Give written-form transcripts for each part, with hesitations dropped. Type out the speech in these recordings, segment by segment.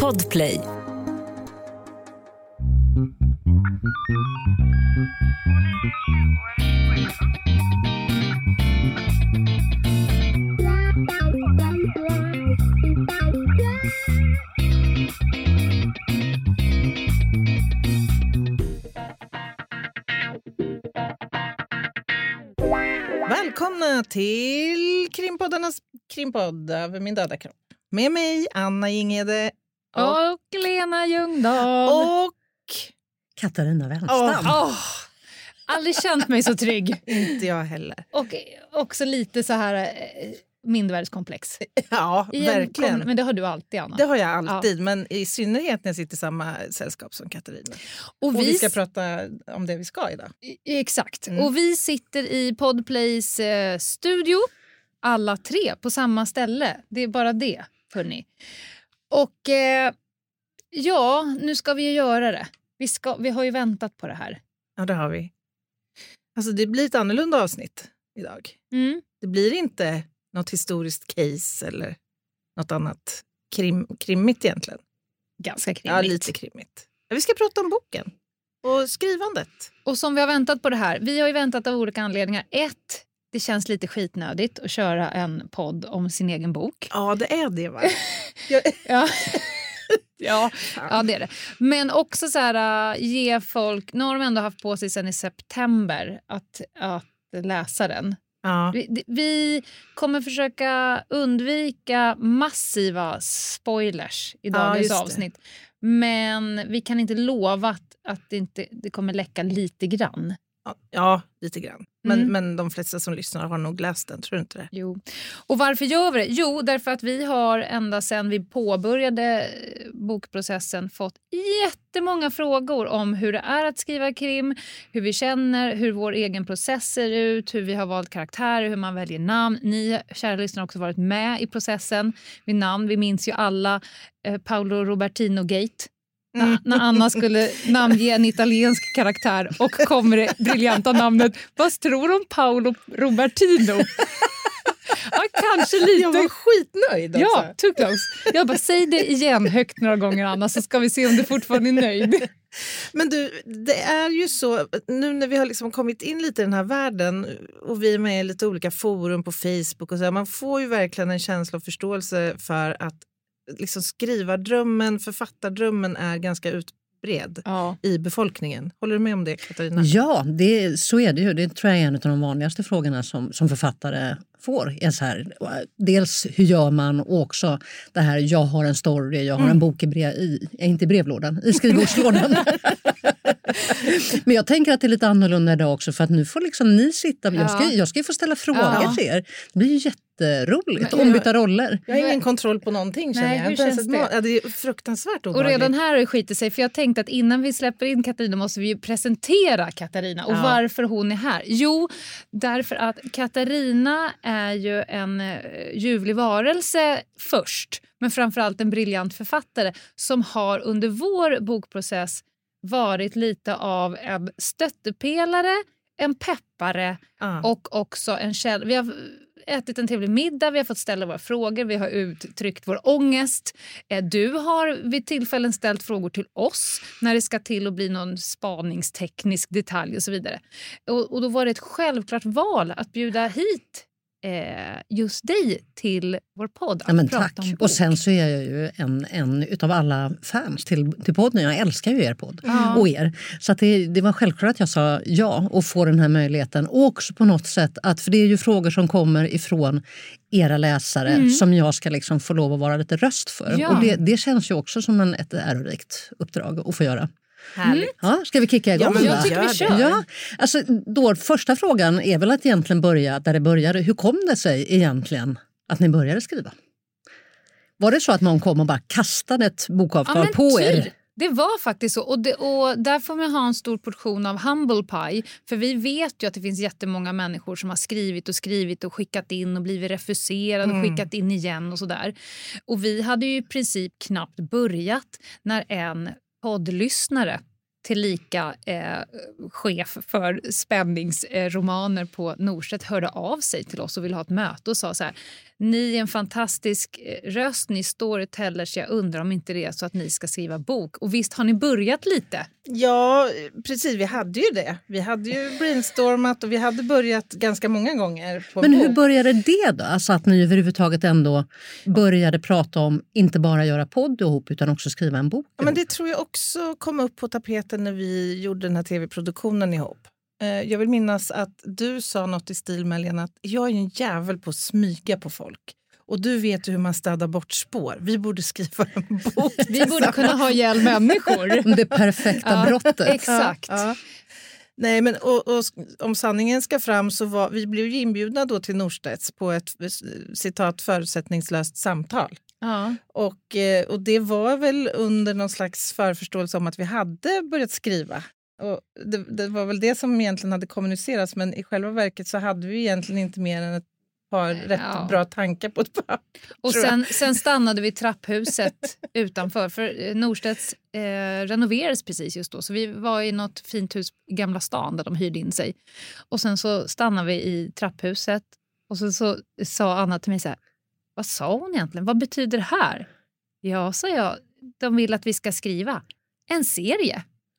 Podplay. Välkomna till krimpoddarnas krimpodd över min döda kropp. Med mig, Anna Jinghede. Och Lena Ljungdahl. Och Katarina Wenstam. Aldrig känt mig så trygg. inte jag heller. Och också lite så här mindervärdeskomplex. Ja, verkligen. Men det har du alltid, Anna. Det har jag alltid, men i synnerhet när jag sitter i samma sällskap som Katarina. Och vi ska prata om det vi ska idag. Exakt. Och vi sitter i Podplays studio, alla tre på samma ställe. Det är bara det, hörni. Och nu ska vi ju göra det. Vi har ju väntat på det här. Ja, det har vi. Alltså det blir ett annorlunda avsnitt idag. Det blir inte något historiskt case eller något annat krimmigt egentligen. Ganska krimmigt. Ja, lite krimmigt. Vi ska prata om boken och skrivandet. Och som vi har väntat på det här. Vi har ju väntat av olika anledningar. Det känns lite skitnödigt att köra en podd om sin egen bok. Ja, det är det, va? Ja, det är det. Men också så här, ge folk... Nu har de ändå haft på sig sedan i september att läsa den. Ja. Vi kommer försöka undvika massiva spoilers i dagens avsnitt. Men vi kan inte lova att det kommer läcka lite grann. Ja, lite grann. Men de flesta som lyssnar har nog läst den, tror du inte det? Jo. Och varför gör vi det? Jo, därför att vi har ända sedan vi påbörjade bokprocessen fått jättemånga frågor om hur det är att skriva krim, hur vi känner, hur vår egen process ser ut, hur vi har valt karaktärer, hur man väljer namn. Ni, kära lyssnare, har också varit med i processen vid namn. Vi minns ju alla Paolo Robertino-gate. När Anna skulle namnge en italiensk karaktär och kommer det briljanta namnet. Vad tror du om Paolo Robertino? Ja, kanske lite. Jag var skitnöjd också. Ja, too close. Jag bara, säg det igen högt några gånger, Anna, så ska vi se om du fortfarande är nöjd. Men du, det är ju så, nu när vi har liksom kommit in lite i den här världen och vi är med i lite olika forum på Facebook och så här, man får ju verkligen en känsla och förståelse för att liksom skrivardrömmen, författardrömmen är ganska utbredd i befolkningen. Håller du med om det, Katarina? Ja, så är det ju. Det tror jag är en av de vanligaste frågorna som författare får. Är så här, dels hur gör man, och också det här, jag har en story, jag har en bok inte i brevlådan, i skrivbordslådan. Men jag tänker att det är lite annorlunda idag också, för att nu får liksom ni sitta, jag ska ju få ställa frågor till er. Det blir ju jätteroligt, ombyta roller. Jag har ingen kontroll på någonting, känner jag. Hur känns det? Det är fruktansvärt obehagligt. Och redan här har det skitit sig, för jag tänkte att innan vi släpper in Katarina måste vi ju presentera Katarina och varför hon är här. Jo, därför att Katarina är ju en ljuvlig varelse först, men framförallt en briljant författare som har under vår bokprocess varit lite av en stöttepelare, en peppare och också en källa. Vi har ätit en trevlig middag, vi har fått ställa våra frågor, vi har uttryckt vår ångest. Du har vid tillfällen ställt frågor till oss när det ska till att bli någon spaningsteknisk detalj och så vidare. Och då var det ett självklart val att bjuda hit just dig till vår podd. Ja, men tack. Och sen så är jag ju en utav alla fans till podden. Jag älskar ju er podd och er. Så att det var självklart att jag sa ja och få den här möjligheten. Och också på något sätt, för det är ju frågor som kommer ifrån era läsare som jag ska liksom få lov att vara lite röst för. Ja. Och det känns ju också som ett ärorikt uppdrag att få göra. Ja, ska vi kicka igång? Jag tycker vi kör. Ja, alltså då, första frågan är väl att egentligen börja där det började. Hur kom det sig egentligen att ni började skriva? Var det så att någon kom och bara kastade ett bokavtal på er? Det var faktiskt så. Och där får man ha en stor portion av humble pie. För vi vet ju att det finns jättemånga människor som har skrivit och skickat in och blivit refuserade och skickat in igen och sådär. Och vi hade ju i princip knappt börjat när en poddlyssnare tillika chef för spänningsromaner på Norstedt, hörde av sig till oss och ville ha ett möte och sa så här: ni är en fantastisk röst, ni storytellers, jag undrar om inte det är så att ni ska skriva bok. Och visst har ni börjat lite? Ja, precis. Vi hade ju det. Vi hade ju brainstormat och vi hade börjat ganska många gånger på Men bok. hur började det då? Alltså att ni överhuvudtaget ändå började prata om inte bara göra podd ihop utan också skriva en bok ihop? Ja, men det tror jag också kom upp på tapeten när vi gjorde den här tv-produktionen ihop. Jag vill minnas att du sa något i stil med, Lena, att jag är en jävel på att smyga på folk. Och du vet ju hur man städar bort spår. Vi borde skriva en bok. Vi borde kunna ha ihjäl människor. Det perfekta brottet. Exakt. Ja. Nej, men och om sanningen ska fram så vi blev ju inbjudna då till Norstedts på ett citat förutsättningslöst samtal. Ja. Och det var väl under någon slags förförståelse om att vi hade börjat skriva. Och det var väl det som egentligen hade kommunicerats, men i själva verket så hade vi egentligen inte mer än ett par rätt bra tankar på ett papper. Och sen stannade vi i trapphuset utanför, för Norstedts renoverades precis just då. Så vi var i något fint hus i Gamla stan där de hyrde in sig. Och sen så stannade vi i trapphuset och så sa Anna till mig så här: vad sa hon egentligen? Vad betyder det här? Ja, sa jag, de vill att vi ska skriva en serie.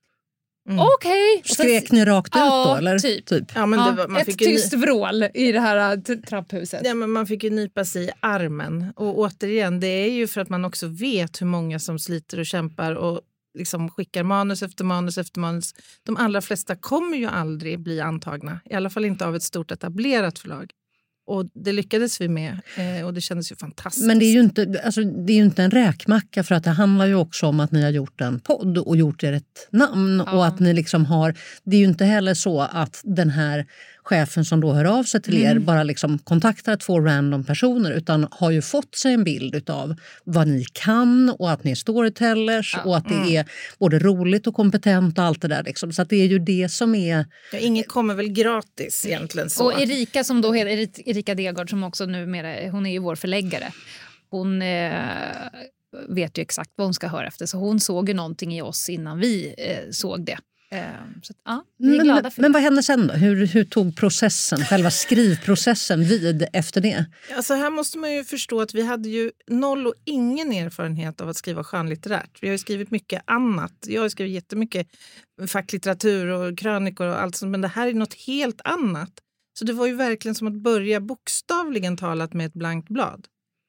Okej. Skrek ni rakt ut då? Eller? Typ. Ja, men man ett fick tyst vrål i det här trapphuset. Ja, men man fick ju nypa sig i armen. Och återigen, det är ju för att man också vet hur många som sliter och kämpar och liksom skickar manus efter manus efter manus. De allra flesta kommer ju aldrig bli antagna. I alla fall inte av ett stort etablerat förlag. Och det lyckades vi med och det kändes ju fantastiskt. Men det är ju inte en räkmacka, för att det handlar ju också om att ni har gjort en podd och gjort er ett namn. Ja. Och att ni liksom har, det är ju inte heller så att den här chefen som då hör av sig till er bara liksom kontaktar 2 random personer, utan har ju fått sig en bild av vad ni kan och att ni är storytellers och att det är både roligt och kompetent och allt det där liksom. Så att det är ju det som är... Ja, inget kommer väl gratis egentligen så. Och Erika som då heter Erika Degård, som också numera, hon är ju vår förläggare. Hon vet ju exakt vad hon ska höra efter, så hon såg ju någonting i oss innan vi såg det. Så att, ja, vi är glada för det. Men vad hände sen då? Hur tog processen, själva skrivprocessen vid efter det? Alltså här måste man ju förstå att vi hade ju noll och ingen erfarenhet av att skriva skönlitterärt. Vi har ju skrivit mycket annat. Jag har skrivit jättemycket facklitteratur och krönikor och allt sånt, men det här är något helt annat. Så det var ju verkligen som att börja bokstavligen talat med ett blankt blad.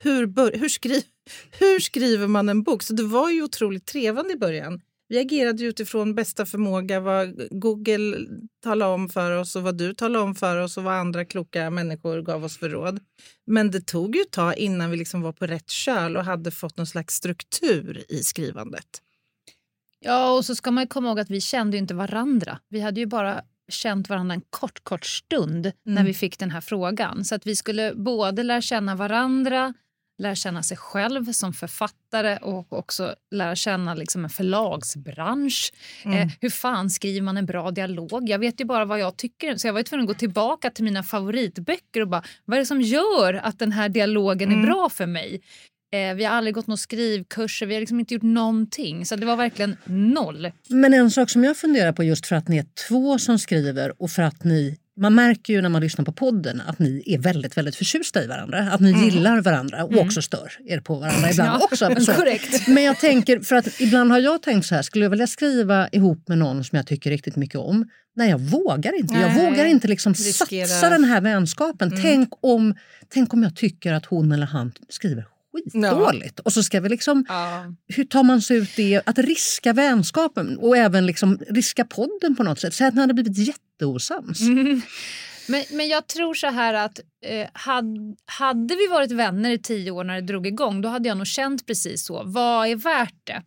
Hur skriver man en bok? Så det var ju otroligt trevande i början. Vi agerade utifrån bästa förmåga, vad Google talade om för oss och vad du talade om för oss och vad andra kloka människor gav oss för råd. Men det tog ju ett tag innan vi liksom var på rätt köl och hade fått någon slags struktur i skrivandet. Ja, och så ska man komma ihåg att vi kände ju inte varandra. Vi hade ju bara känt varandra en kort stund när vi fick den här frågan. Så att vi skulle både lära känna varandra, lära känna sig själv som författare och också lära känna liksom en förlagsbransch. Hur fan skriver man en bra dialog? Jag vet ju bara vad jag tycker. Så jag var ju tvungen att gå tillbaka till mina favoritböcker och bara, vad är det som gör att den här dialogen är bra för mig? Vi har aldrig gått någon skrivkurser, vi har liksom inte gjort någonting. Så det var verkligen noll. Men en sak som jag funderar på, just för att ni är 2 som skriver och för att man märker ju när man lyssnar på podden att ni är väldigt, väldigt förtjusta i varandra. Att ni gillar varandra och också stör er på varandra ibland också. Korrekt. Men jag tänker, för att ibland har jag tänkt så här, skulle jag vilja skriva ihop med någon som jag tycker riktigt mycket om? Nej, jag vågar inte. Jag vågar inte liksom satsa den här vänskapen. Tänk om jag tycker att hon eller han skriver skitdåligt. Och så ska vi liksom, hur tar man sig ut det? Att riska vänskapen och även liksom riska podden på något sätt. Så att den hade blivit jätteosams. Men jag tror så här att hade vi varit vänner i 10 år när det drog igång, då hade jag nog känt precis så. Vad är värt det?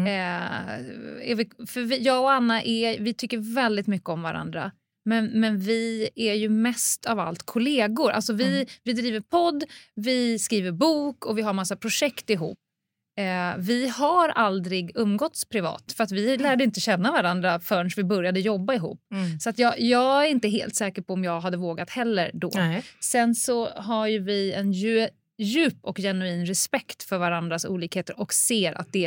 Jag och Anna vi tycker väldigt mycket om varandra. Men vi är ju mest av allt kollegor. Alltså vi driver podd, vi skriver bok och vi har massa projekt ihop. Vi har aldrig umgåtts privat för att vi lärde inte känna varandra förrän vi började jobba ihop. Så att jag är inte helt säker på om jag hade vågat heller då. Nej. Sen så har ju vi en djup och genuin respekt för varandras olikheter och ser att det är ett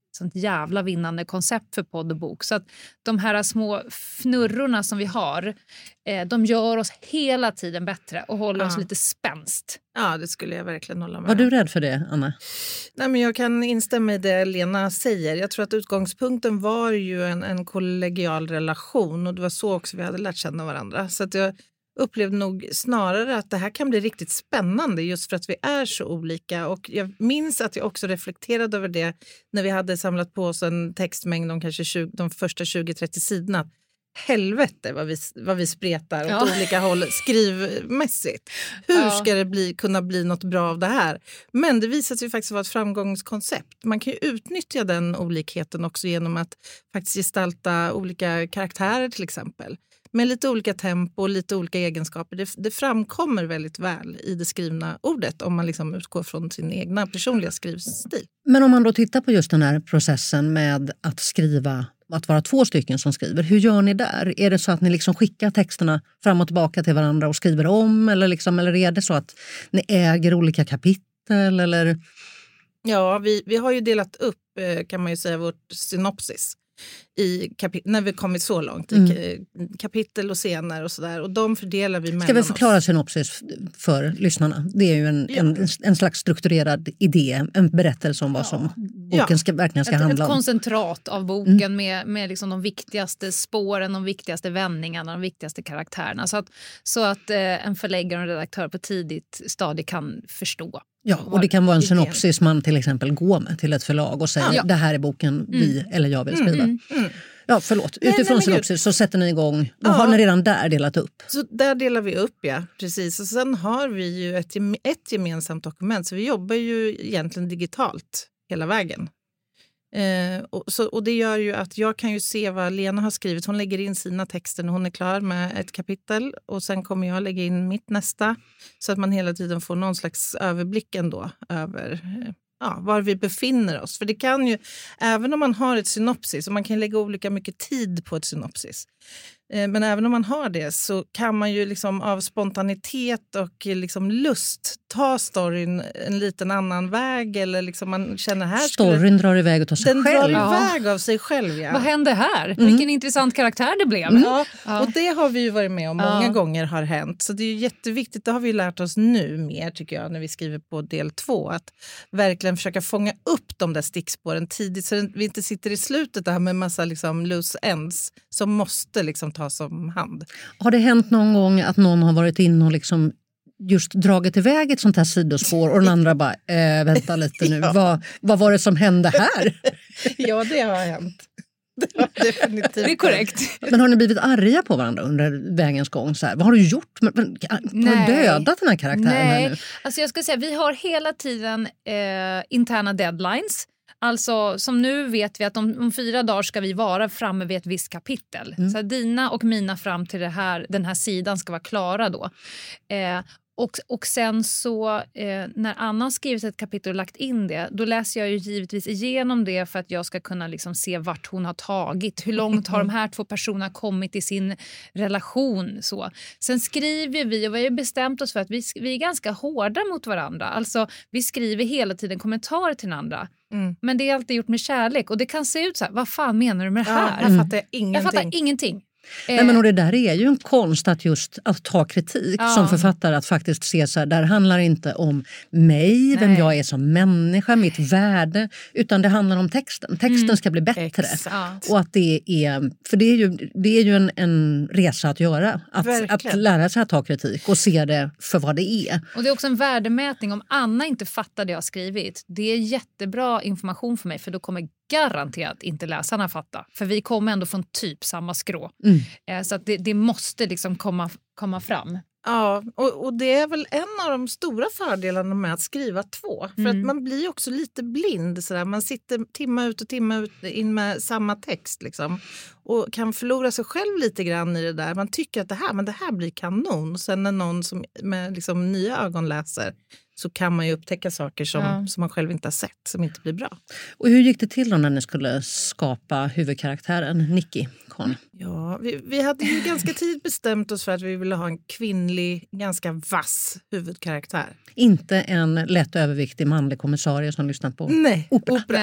sånt jävla vinnande koncept för podd och bok. Så att de här små fnurrorna som vi har, de gör oss hela tiden bättre och håller oss lite spänst. Ja, det skulle jag verkligen hålla med. Var du rädd för det, Anna? Nej, men jag kan instämma i det Lena säger. Jag tror att utgångspunkten var ju en kollegial relation och det var så också vi hade lärt känna varandra. Så att jag upplevde nog snarare att det här kan bli riktigt spännande just för att vi är så olika. Och jag minns att jag också reflekterade över det när vi hade samlat på oss en textmängd om kanske de första 20-30 sidorna. Helvete vad vi spretar åt olika håll skrivmässigt. Hur ska det kunna bli något bra av det här? Men det visar sig faktiskt vara ett framgångskoncept. Man kan ju utnyttja den olikheten också genom att faktiskt gestalta olika karaktärer till exempel. Med lite olika tempo och lite olika egenskaper. Det framkommer väldigt väl i det skrivna ordet om man liksom utgår från sin egna personliga skrivstil. Men om man då tittar på just den här processen med att skriva, att vara 2 stycken som skriver. Hur gör ni där? Är det så att ni liksom skickar texterna fram och tillbaka till varandra och skriver om? Eller är det så att ni äger olika kapitel? Eller? Ja, vi har ju delat upp kan man ju säga vårt synopsis. När vi kommit så långt i kapitel och scener och sådär. Och de fördelar vi mellan oss. Ska vi förklara synopsis för lyssnarna? Det är ju en slags strukturerad idé, en berättelse om vad som boken verkligen ska handla om. Ett koncentrat av boken med liksom de viktigaste spåren, de viktigaste vändningarna, de viktigaste karaktärerna. Så att en förläggare och en redaktör på tidigt stadie kan förstå. Ja, och det kan vara en synopsis man till exempel går med till ett förlag och säger det här är boken vi eller jag vill skriva. Ja, förlåt. Utifrån synopsis så sätter ni igång. Då har ni redan där delat upp. Så där delar vi upp, ja. Precis. Och sen har vi ju ett gemensamt dokument. Så vi jobbar ju egentligen digitalt hela vägen. Och det gör ju att jag kan ju se vad Lena har skrivit. Hon lägger in sina texter när hon är klar med ett kapitel. Och sen kommer jag lägga in mitt nästa. Så att man hela tiden får någon slags överblick ändå över var vi befinner oss. För det kan ju, även om man har ett synopsis, och man kan lägga olika mycket tid på ett synopsis. Men även om man har det så kan man ju liksom av spontanitet och liksom lust ta storyn en liten annan väg. Eller liksom man känner här... Storyn drar iväg av sig själv. Den drar iväg av sig själv, ja. Vad hände här? Vilken intressant karaktär det blev. Och det har vi ju varit med om många gånger har hänt. Så det är ju jätteviktigt, det har vi lärt oss nu mer tycker jag när vi skriver på del 2. Att verkligen försöka fånga upp de där stickspåren tidigt så att vi inte sitter i slutet där med massa liksom loose ends som måste liksom tas om hand. Har det hänt någon gång att någon har varit inne och liksom just dragit iväg ett sånt här sidospår och den andra bara, vänta lite nu, vad var det som hände här? Ja, det har hänt. Det är korrekt. Men har ni blivit arga på varandra under vägens gång? Så här, vad har du gjort? Har du dödat den här karaktären? Nej, här nu? Alltså jag ska säga, vi har hela tiden interna deadlines. Alltså som nu vet vi att om 4 dagar ska vi vara framme vid ett visst kapitel. Så dina och mina fram till den här sidan ska vara klara då. Och sen så när Anna har skrivit ett kapitel och lagt in det, då läser jag ju givetvis igenom det för att jag ska kunna liksom se vart hon har tagit. Hur långt har de här 2 personerna kommit i sin relation? Så. Sen skriver vi och vi har bestämt oss för att vi är ganska hårda mot varandra. Alltså vi skriver hela tiden kommentarer till den andra. Men det är alltid gjort med kärlek och det kan se ut så här, vad fan menar du med det här? Jag fattar ingenting. Jag fattar ingenting. Nej, men och det där är ju en konst att just att ta kritik som författare, att faktiskt se så här, där handlar inte om mig, vem jag är som människa, mitt värde, utan det handlar om texten. Texten ska bli bättre. Exakt. Och att det är, för det är ju en resa att göra, att lära sig att ta kritik och se det för vad det är. Och det är också en värdemätning. Om Anna inte fattar det jag har skrivit, det är jättebra information för mig, för då kommer garanterat inte läsarna fatta. För vi kommer ändå från typ samma skrå. Så att det måste liksom komma fram. Ja, och det är väl en av de stora fördelarna med att skriva 2. För att man blir också lite blind. Sådär. Man sitter timma ut och timma ut in med samma text. Liksom, och kan förlora sig själv lite grann i det där. Man tycker att det här blir kanon. Sen när någon som med liksom nya ögon läser så kan man ju upptäcka saker som man själv inte har sett, som inte blir bra. Och hur gick det till då när ni skulle skapa huvudkaraktären Nicky Khan? Ja, vi hade ju ganska tidigt bestämt oss för att vi ville ha en kvinnlig, ganska vass huvudkaraktär. Inte en lätt överviktig manlig kommissarie som lyssnar på opera.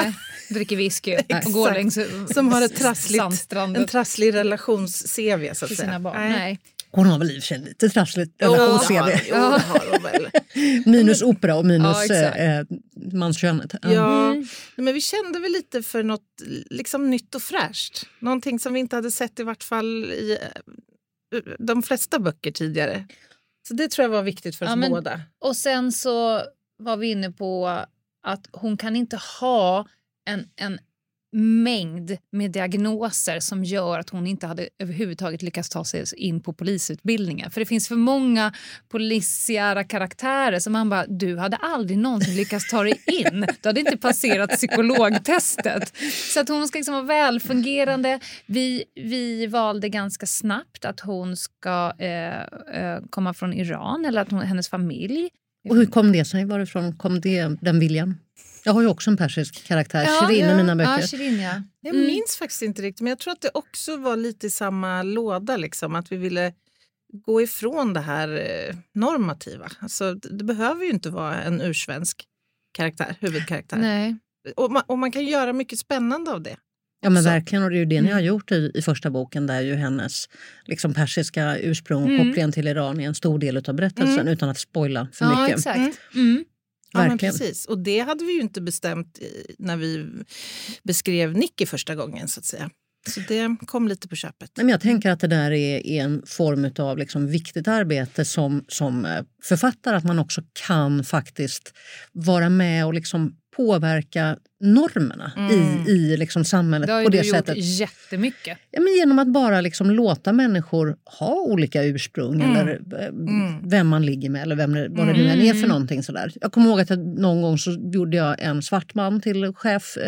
dricker whisky och går längs som har en trasslig relations-CV så att till säga. Sina barn. Nej. Hon har väl i och för sig lite trassligt relation-CV. Ja, har hon väl. Minus opera och minus manskönet. Men vi kände väl lite för något liksom nytt och fräscht. Någonting som vi inte hade sett i vart fall i de flesta böcker tidigare. Så det tror jag var viktigt för oss båda. Och sen så var vi inne på att hon kan inte ha en mängd med diagnoser som gör att hon inte hade överhuvudtaget lyckats ta sig in på polisutbildningen. För det finns för många polisiära karaktärer som man bara, du hade aldrig någonsin lyckats ta dig in. Du hade inte passerat psykologtestet. Så att hon ska liksom vara välfungerande. Vi valde ganska snabbt att hon ska komma från Iran eller att hennes familj. Och hur kom det sig? Varifrån kom den viljan? Jag har ju också en persisk karaktär, Shirin, i mina böcker. Ja, Shirin, ja. Jag minns faktiskt inte riktigt, men jag tror att det också var lite i samma låda. Liksom, att vi ville gå ifrån det här normativa. Alltså, det behöver ju inte vara en ursvensk huvudkaraktär. Nej. Och man kan göra mycket spännande av det. Ja men verkligen, och det är ju det ni har gjort i första boken, där ju hennes liksom persiska ursprung och kopplingen till Iran är en stor del av berättelsen utan att spoila för mycket. Ja, exakt. Ja, men precis. Och det hade vi ju inte bestämt när vi beskrev Nicky första gången så att säga. Så det kom lite på köpet. Men jag tänker att det där är en form av liksom viktigt arbete som författare, att man också kan faktiskt vara med och liksom påverka normerna i liksom samhället på det sättet. Det har ju gjort jättemycket. Ja, men genom att bara liksom låta människor ha olika ursprung eller vem man ligger med eller vad det nu än är för någonting sådär. Jag kommer ihåg att någon gång så gjorde jag en svart man till chef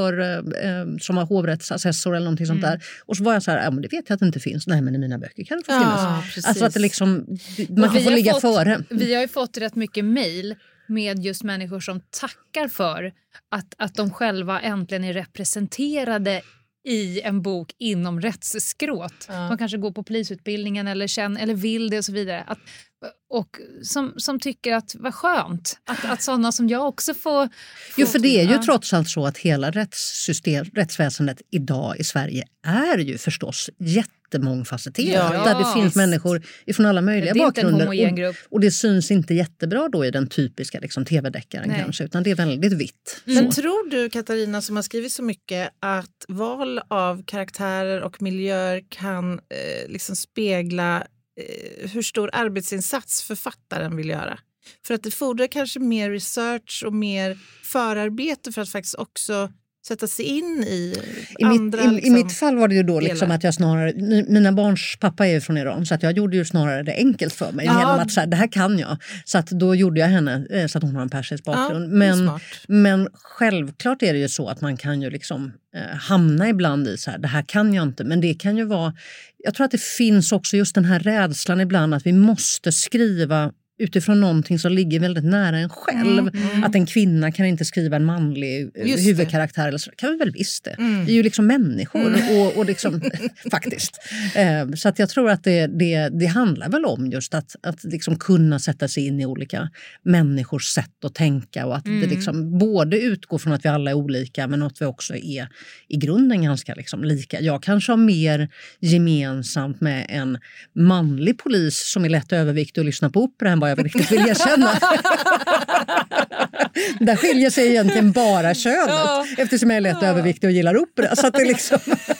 som var hovrättsassessor eller någonting sånt där. Och så var jag så här, men det vet jag att det inte finns. Nej, men i mina böcker kan det få finnas. Precis. Alltså att det liksom, man kan få ligga före. Vi har ju fått rätt mycket mejl med just människor som tackar för att de själva äntligen är representerade i en bok inom rättsskrået. De kanske går på polisutbildningen eller vill det och så vidare. Och som tycker att vad skönt att sådana som jag också får... Jo, för det är ju trots allt så att hela rättsväsendet idag i Sverige är ju förstås jättemångfacetterat. Där det finns människor ifrån alla möjliga bakgrunder. Och det syns inte jättebra då i den typiska liksom, tv-deckaren kanske, utan det är väldigt vitt. Men tror du, Katarina, som har skrivit så mycket, att val av karaktärer och miljöer kan liksom spegla hur stor arbetsinsats författaren vill göra? För att det fordrar kanske mer research och mer förarbete för att faktiskt också sätta sig in i andra... I mitt fall var det ju då liksom att jag snarare... Mina barns pappa är ju från Iran, så att jag gjorde ju snarare det enkelt för mig. Genom att så här, det här kan jag. Så att då gjorde jag henne så att hon har en persisk bakgrund. Men självklart är det ju så att man kan ju liksom hamna ibland i så här, det här kan jag inte. Men det kan ju vara... Jag tror att det finns också just den här rädslan ibland att vi måste skriva utifrån någonting som ligger väldigt nära en själv. Att en kvinna kan inte skriva en manlig huvudkaraktär. Eller så. Kan vi väl visst det. Vi är ju liksom människor. Och liksom, faktiskt. Så att jag tror att det handlar väl om just att liksom kunna sätta sig in i olika människors sätt att tänka. Och att det liksom både utgår från att vi alla är olika, men att vi också är i grunden ganska liksom lika. Jag kanske har mer gemensamt med en manlig polis som är lätt överviktig och lyssnar på opera än vad jag riktigt vill erkänna. Där skiljer sig egentligen bara könet, eftersom jag är lätt överviktig och gillar opera. Så att det liksom...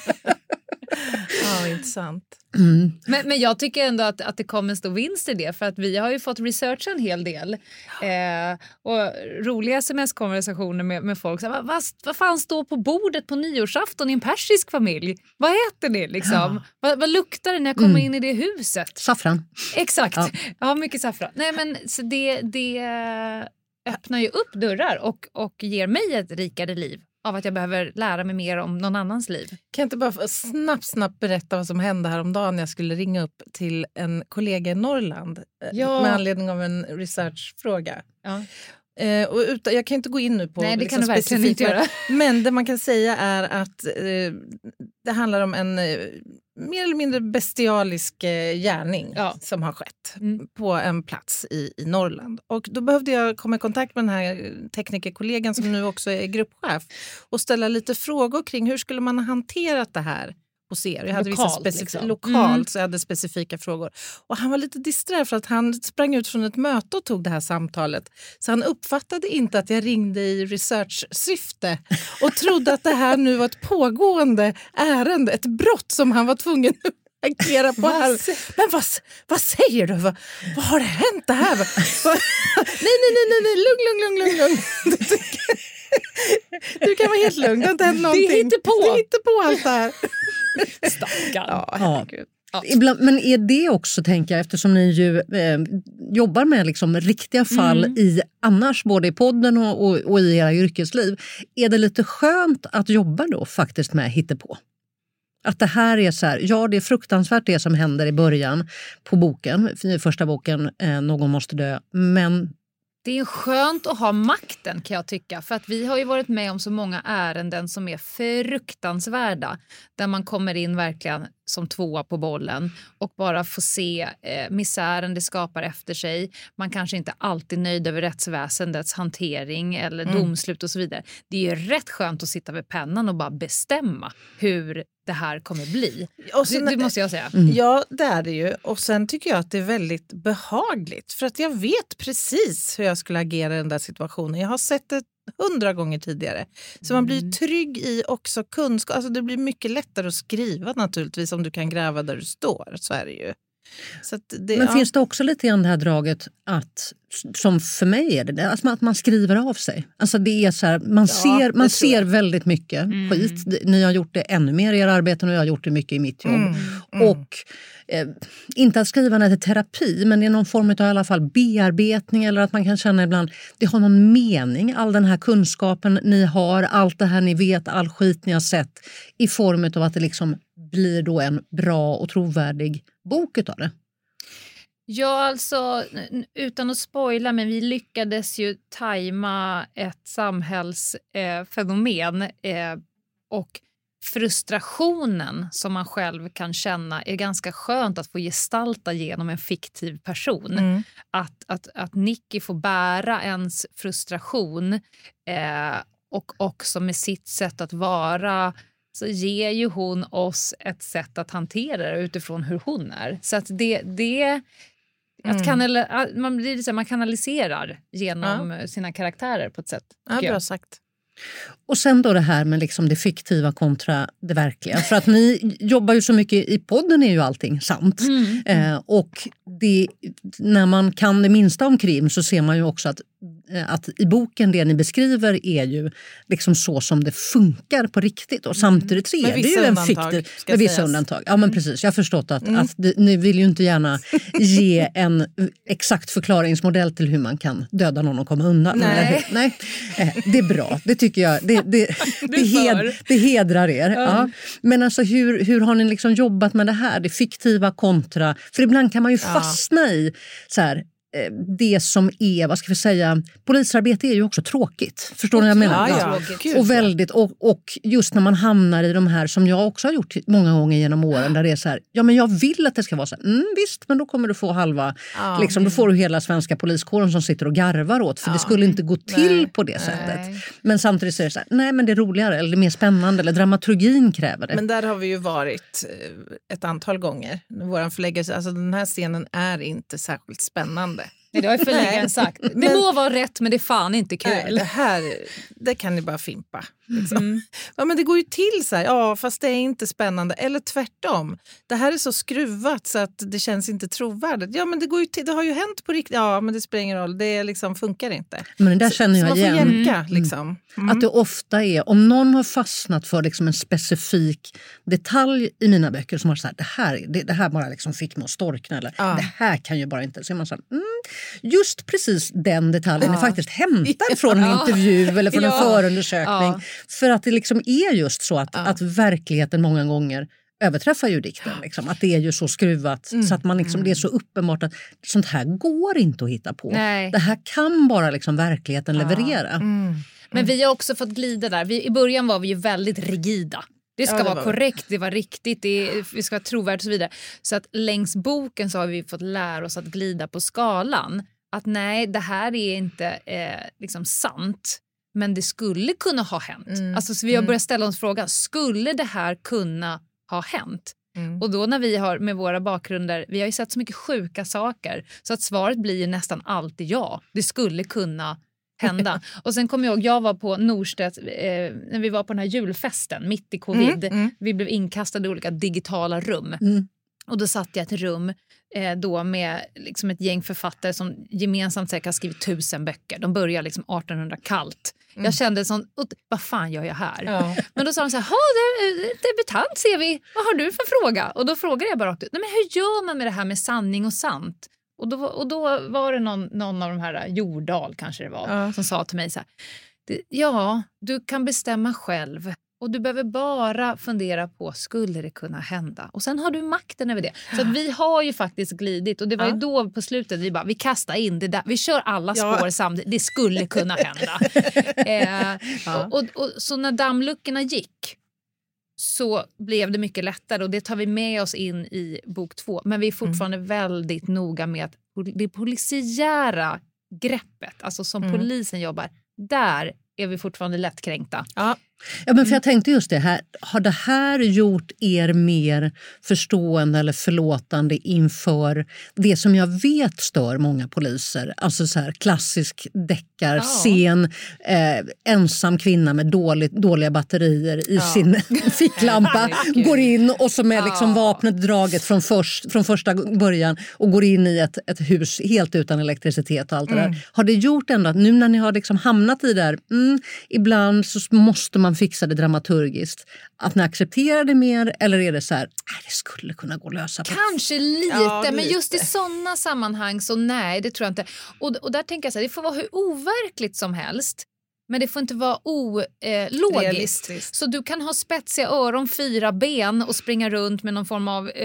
Ja, intressant. Men jag tycker ändå att det kommer en stor vinst i det, för att vi har ju fått researcha en hel del och roliga sms-konversationer med folk. Vad fan står på bordet på nyårsafton i en persisk familj? Vad äter ni liksom? Vad luktar det när jag kommer in i det huset? Saffran. Exakt, ja mycket saffran. Nej, men så det öppnar ju upp dörrar och ger mig ett rikare liv av att jag behöver lära mig mer om någon annans liv. Kan jag inte bara snabbt berätta vad som hände häromdagen när jag skulle ringa upp till en kollega i Norrland med anledning av en researchfråga. Ja. Och jag kan inte gå in nu på det kan du verkligen inte göra. Men det man kan säga är att det handlar om en mer eller mindre bestialisk gärning som har skett på en plats i Norrland. Och då behövde jag komma i kontakt med den här teknikerkollegan som nu också är gruppchef och ställa lite frågor kring hur skulle man ha hanterat det här hos er. Jag hade lokalt så jag hade specifika frågor. Och han var lite disträ för att han sprang ut från ett möte och tog det här samtalet. Så han uppfattade inte att jag ringde i research-syfte och trodde att det här nu var ett pågående ärende, ett brott som han var tvungen att agera på här. Men vad säger du? Vad har det hänt det här? Nej, lugn. Du kan vara helt lugn, det har inte hänt någonting. Det hittar på allt det här. Stackarn. Ibland, men är det också, tänker jag, eftersom ni ju jobbar med liksom riktiga fall i annars, både i podden och i era yrkesliv, är det lite skönt att jobba då faktiskt med hittepå? Att det här är så här, det är fruktansvärt det som händer i början på boken, första boken, Någon måste dö, men det är skönt att ha makten, kan jag tycka. För att vi har ju varit med om så många ärenden som är fruktansvärda. Där man kommer in verkligen som tvåa på bollen och bara får se misären det skapar efter sig. Man kanske inte alltid är nöjd över rättsväsendets hantering eller domslut och så vidare. Det är ju rätt skönt att sitta vid pennan och bara bestämma hur det här kommer bli. Och sen, det måste jag säga. Ja, det är det ju. Och sen tycker jag att det är väldigt behagligt. För att jag vet precis hur jag skulle agera i den där situationen. Jag har sett det 100 gånger tidigare. Så man blir trygg i också kunskap. Alltså det blir mycket lättare att skriva naturligtvis om du kan gräva där du står. Så är det ju. Så att men finns det också lite grann det här draget att, som för mig är det, alltså att man skriver av sig. Alltså det är så här, man ser väldigt mycket skit. Ni har gjort det ännu mer i era arbeten och jag har gjort det mycket i mitt jobb. Och inte att skriva det till terapi, men det är någon form av i alla fall bearbetning, eller att man kan känna ibland det har någon mening, all den här kunskapen ni har, allt det här ni vet, all skit ni har sett, i form av att det liksom blir då en bra och trovärdig bok utav det. Ja, alltså utan att spoila, men vi lyckades ju tajma ett samhällsfenomen och frustrationen som man själv kan känna är ganska skönt att få gestalta genom en fiktiv person. Att Nicky får bära ens frustration och också med sitt sätt att vara, så ger ju hon oss ett sätt att hantera det utifrån hur hon är. Så att man kanaliserar genom sina karaktärer på ett sätt. Ja, bra sagt. Och sen då det här med liksom det fiktiva kontra det verkliga. För att ni jobbar ju så mycket, i podden är ju allting sant. Och när man kan det minsta om krim så ser man ju också att i boken det ni beskriver är ju liksom så som det funkar på riktigt. Och samtidigt så är det ju en fiktiv, med vissa undantag. Ja, men precis, jag har förstått att ni vill ju inte gärna ge en exakt förklaringsmodell till hur man kan döda någon och komma undan. Nej. Det är bra, det tycker jag. Det hedrar er. Ja. Men alltså hur har ni liksom jobbat med det här? Det fiktiva kontra, för ibland kan man ju fastna i så här, det som är, vad ska vi säga, polisarbete är ju också tråkigt. Förstår ni vad jag menar? Och väldigt, och just när man hamnar i de här som jag också har gjort många gånger genom åren, där det är så här, ja men jag vill att det ska vara så här, visst, men då kommer du få halva, liksom, då får du hela svenska poliskåren som sitter och garvar åt, för det skulle inte gå till på det sättet. Men samtidigt så är det så här, nej men det är roligare, eller det är mer spännande, eller dramaturgin kräver det. Men där har vi ju varit ett antal gånger. Våran förläggare, alltså den här scenen är inte särskilt spännande. Nej, det har ju förläggaren sagt. Det må vara rätt, men det är fan inte kul. Det kan ni bara fimpa. Liksom. Ja, men det går ju till så här, fast det är inte spännande. Eller tvärtom. Det här är så skruvat så att det känns inte trovärdigt. Ja, men det går ju till, det har ju hänt på riktigt. Ja, men det spelar ingen roll. Det liksom funkar inte. Men det där känner jag igen. Så man får jämka, liksom. Att det ofta är, om någon har fastnat för liksom en specifik detalj i mina böcker som har så här, det här bara liksom fick mig att storkna, eller det här kan ju bara inte. Så är man så här, just precis den detaljen är faktiskt hämtad från en intervju eller från en förundersökning. För att det liksom är just så att verkligheten många gånger överträffar ju dikten. Liksom. Att det är ju så skruvat så att man liksom, det är så uppenbart att sånt här går inte att hitta på. Nej. Det här kan bara liksom verkligheten leverera. Men vi har också fått glida där. I början var vi ju väldigt rigida. Det ska vara korrekt, det var riktigt, vi ska vara trovärdigt och så vidare. Så att längs boken så har vi fått lära oss att glida på skalan. Att nej, det här är inte liksom sant. Men det skulle kunna ha hänt. Alltså, så vi har börjat ställa oss frågan, skulle det här kunna ha hänt? Och då när vi har med våra bakgrunder, vi har ju sett så mycket sjuka saker. Så att svaret blir ju nästan alltid ja. Det skulle kunna hända. Och sen kommer jag var på Norstedt när vi var på den här julfesten mitt i covid. Vi blev inkastade i olika digitala rum. Och då satt jag i ett rum då med liksom ett gäng författare som gemensamt säkert har skrivit 1000 böcker. De börjar liksom 1800 kallt. Jag kände sån, vad fan gör jag här? Ja. Men då sa de så här, debutant ser vi. Vad har du för fråga? Och då frågade jag bara, nej men hur gör man med det här med sanning och sant? Och då var det någon av de här, Jordal kanske det var, som sa till mig så här, ja, du kan bestämma själv. Och du behöver bara fundera på, skulle det kunna hända? Och sen har du makten över det. Så att vi har ju faktiskt glidit. Och det var ju då på slutet vi kastar in det där. Vi kör alla spår samtidigt. Det skulle kunna hända. Och så när dammluckorna gick så blev det mycket lättare. Och det tar vi med oss in i bok 2. Men vi är fortfarande väldigt noga med att det polisiära greppet, alltså som polisen jobbar, där är vi fortfarande lättkränkta. Ja, men för jag tänkte just det här, har det här gjort er mer förstående eller förlåtande inför det som jag vet stör många poliser? Alltså så här klassisk deckarscen, ensam kvinna med dåliga batterier i sin ficklampa, går in och som är liksom vapnet draget från första början och går in i ett hus helt utan elektricitet och allt det där. Har det gjort ändå att nu när ni har liksom hamnat i där, ibland så måste man fixa det dramaturgiskt. Att ni accepterar det mer, eller är det så här, det skulle kunna gå att lösa på. Kanske lite, men just i sådana sammanhang så nej, det tror jag inte. Och där tänker jag så här, det får vara hur overkligt som helst. Men det får inte vara ologiskt. Så du kan ha spetsiga öron, 4 ben och springa runt med någon form av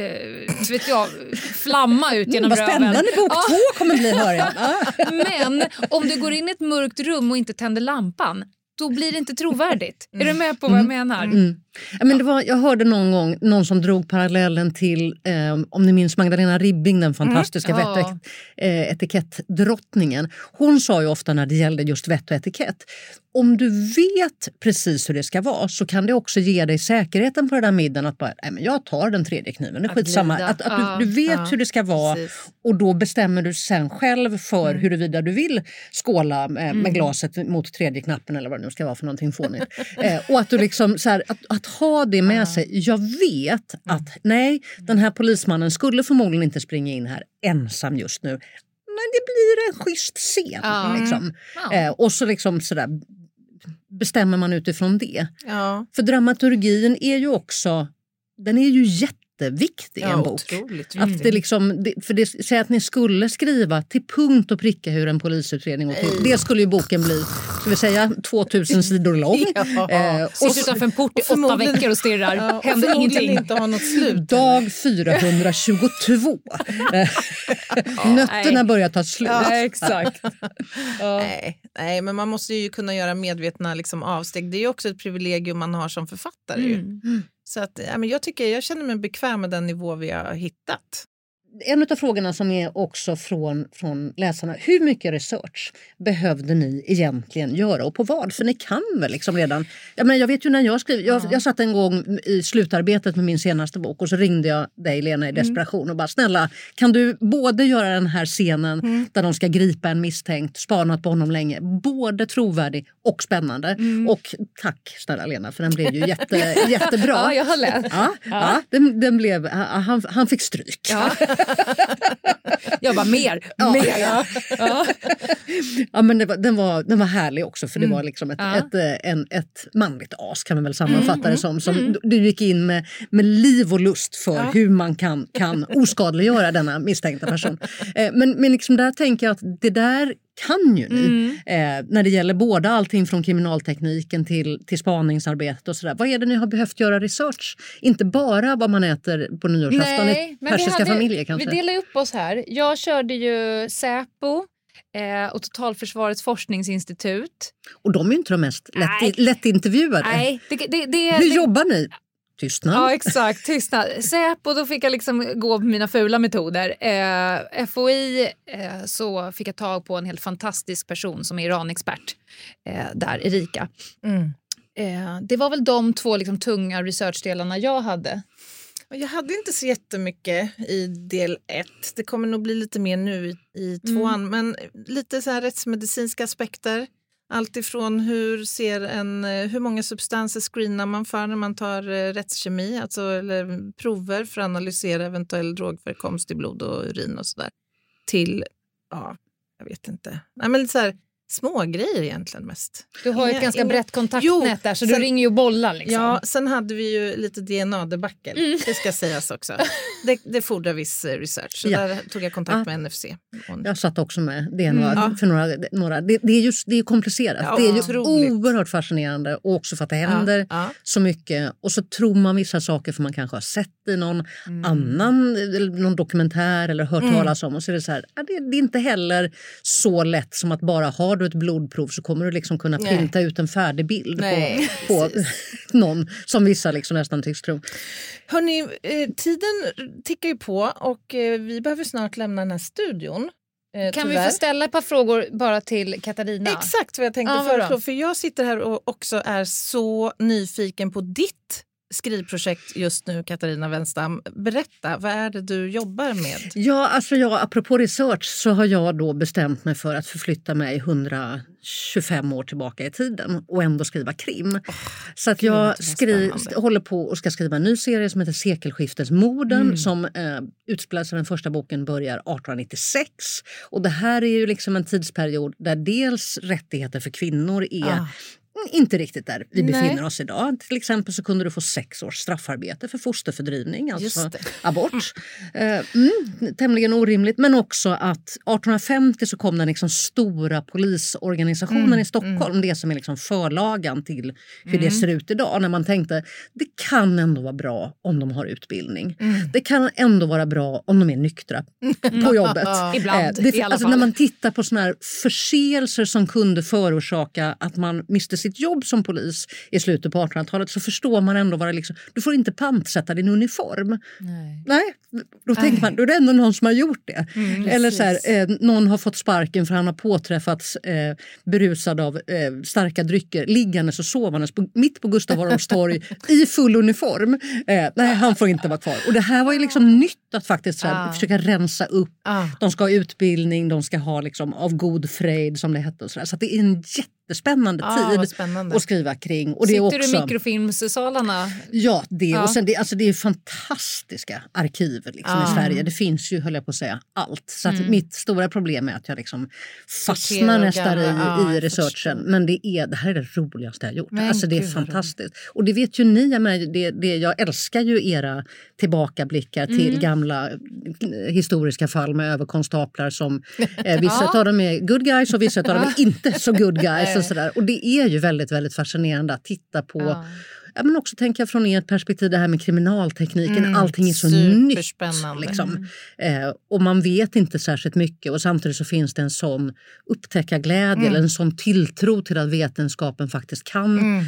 flamma ut genom röven. Vad spännande, bok 2 kommer bli, hör jag. Men om du går in i ett mörkt rum och inte tänder lampan, då blir det inte trovärdigt. Är du med på vad jag menar? Ja, men jag hörde någon gång någon som drog parallellen till, om ni minns Magdalena Ribbing, den fantastiska etikettdrottningen. Hon sa ju ofta när det gällde just vett och etikett, om du vet precis hur det ska vara så kan det också ge dig säkerheten på den där middagen att bara, men jag tar den 3:e kniven, det är skitsamma. Att du vet hur det ska vara, och då bestämmer du sen själv för huruvida du vill skåla med glaset mot 3:e knappen eller vad det nu ska vara för någonting fånigt. Och att du liksom så här, att ha det med sig. Jag vet att nej, den här polismannen skulle förmodligen inte springa in här ensam just nu. Men det blir en schysst scen. Liksom. Och så liksom sådär bestämmer man utifrån det. För dramaturgin är ju också, den är ju jätteviktig i en bok. Att det liksom, för det säger att ni skulle skriva till punkt och pricka hur en polisutredning går till. Det skulle ju boken bli, ska vi säga, 2000 sidor lång. Sitter utanför en port i 8 veckor och stirrar. Händer ingenting. Inte ha något slut. Dag 422. Nötterna börjar ta slut. Exakt. Nej, men man måste ju kunna göra medvetna liksom avsteg. Det är ju också ett privilegium man har som författare. Ju. Så att, jag känner mig bekväm med den nivå vi har hittat. En av frågorna som är också från läsarna, hur mycket research behövde ni egentligen göra och på vad? För ni kan väl liksom redan, jag vet ju när jag skrev, jag satt en gång i slutarbetet med min senaste bok och så ringde jag dig, Lena, i desperation och bara, snälla, kan du både göra den här scenen där de ska gripa en misstänkt, spanat på honom länge, både trovärdig och spännande, och tack snälla Lena, för den blev ju jättebra. Ja, jag har läst. Den blev, han fick stryk. Jag bara mer. Ja, men den var härlig också, för det var liksom ett manligt as, kan man väl sammanfatta det som du gick in med liv och lust för hur man kan oskadliggöra denna misstänkta person. Men liksom där tänker jag att det där kan ju ni, när det gäller både allting från kriminaltekniken till spaningsarbete och sådär. Vad är det ni har behövt göra research? Inte bara vad man äter på nyårsafton i persiska familjer kanske. Vi delar upp oss här. Jag körde ju Säpo och Totalförsvarets forskningsinstitut. Och de är ju inte de mest lättintervjuade. Nej. Hur jobbar ni? Tystnad. Ja, exakt. Tystnad. Säpo, då fick jag liksom gå på mina fula metoder. FOI så fick jag tag på en helt fantastisk person som är Iran-expert där, Erika. Det var väl de 2 liksom tunga researchdelarna jag hade. Jag hade inte så jättemycket i del 1. Det kommer nog bli lite mer nu i 2. Men lite så här rättsmedicinska aspekter. Allt ifrån hur många substanser screenar man för när man tar rättskemi, alltså eller prover för att analysera eventuell drogförekomst i blod och urin och sådär. Till, jag vet inte. Nej, men lite så här små grejer egentligen mest. Du har ju ett ganska brett kontaktnät där, så du ringer ju och bollar liksom. Ja, sen hade vi ju lite DNA-debackel. Det ska sägas också. Det fordrar viss research. Så där tog jag kontakt med NFC. Jag satt också med DNA för några. Det är komplicerat. Ja, det är ju oerhört fascinerande, och också för att det händer så mycket. Och så tror man vissa saker för man kanske har sett i någon annan, någon dokumentär eller hört talas om. Och så är det så här, det är inte heller så lätt som att bara ha du ett blodprov så kommer du liksom kunna printa ut en färdig bild på någon, som vissa liksom nästan tycks tro. Hörrni, tiden tickar ju på och vi behöver snart lämna den här studion. Kan vi få ställa ett par frågor bara till Katarina? Exakt vad jag tänkte föreslå, för jag sitter här och också är så nyfiken på ditt skrivprojekt just nu, Katarina Wenstam. Berätta, vad är det du jobbar med? Ja, apropå research så har jag då bestämt mig för att förflytta mig 125 år tillbaka i tiden och ändå skriva krim. Så att jag håller på och ska skriva en ny serie som heter Sekelskiftesmorden som utspelar sig, den första boken börjar 1896. Och det här är ju liksom en tidsperiod där dels rättigheter för kvinnor är inte riktigt där vi befinner oss idag. Till exempel så kunde du få 6 års straffarbete för fosterfördrivning, alltså abort. Tämligen orimligt. Men också att 1850 så kom den liksom stora polisorganisationen i Stockholm. Det som är liksom förlagan till hur det ser ut idag. När man tänkte, det kan ändå vara bra om de har utbildning. Det kan ändå vara bra om de är nyktra på jobbet. Ibland, i alla fall. När man tittar på såna här förseelser som kunde förorsaka att man miste sitt jobb som polis i slutet på 1800-talet, så förstår man ändå vad det liksom, du får inte pantsätta din uniform. Nej, då tänker man, då är det ändå någon som har gjort det. Eller så här, någon har fått sparken för han har påträffats berusad av starka drycker, liggandes och sovandes mitt på Gustav Adolfs torg i full uniform. Nej, han får inte vara kvar. Och det här var ju liksom nytt att faktiskt så här, försöka rensa upp. De ska ha utbildning, de ska ha liksom av god fröjd som det hette och så där. Så att det är en jättespännande tid att skriva kring. Och det är också, sitter du i mikrofilmsalarna? Ja, och sen det är fantastiska arkiv liksom i Sverige. Det finns ju, höll jag på att säga, allt. Så att mitt stora problem är att jag liksom fastnar nästan i researchen. Men det här är det roligaste jag gjort. Alltså det är fantastiskt. Och det vet ju ni, jag älskar ju era tillbakablickar till gamla historiska fall med överkonstaplar som vissa av dem är good guys och vissa av dem är inte så good guys. Och det är ju väldigt, väldigt fascinerande att titta på. Ja, men också tänka från ert perspektiv det här med kriminaltekniken. Allting är så nytt. Liksom. Och man vet inte särskilt mycket. Och samtidigt så finns det en sån upptäckarglädje eller en sån tilltro till att vetenskapen faktiskt kan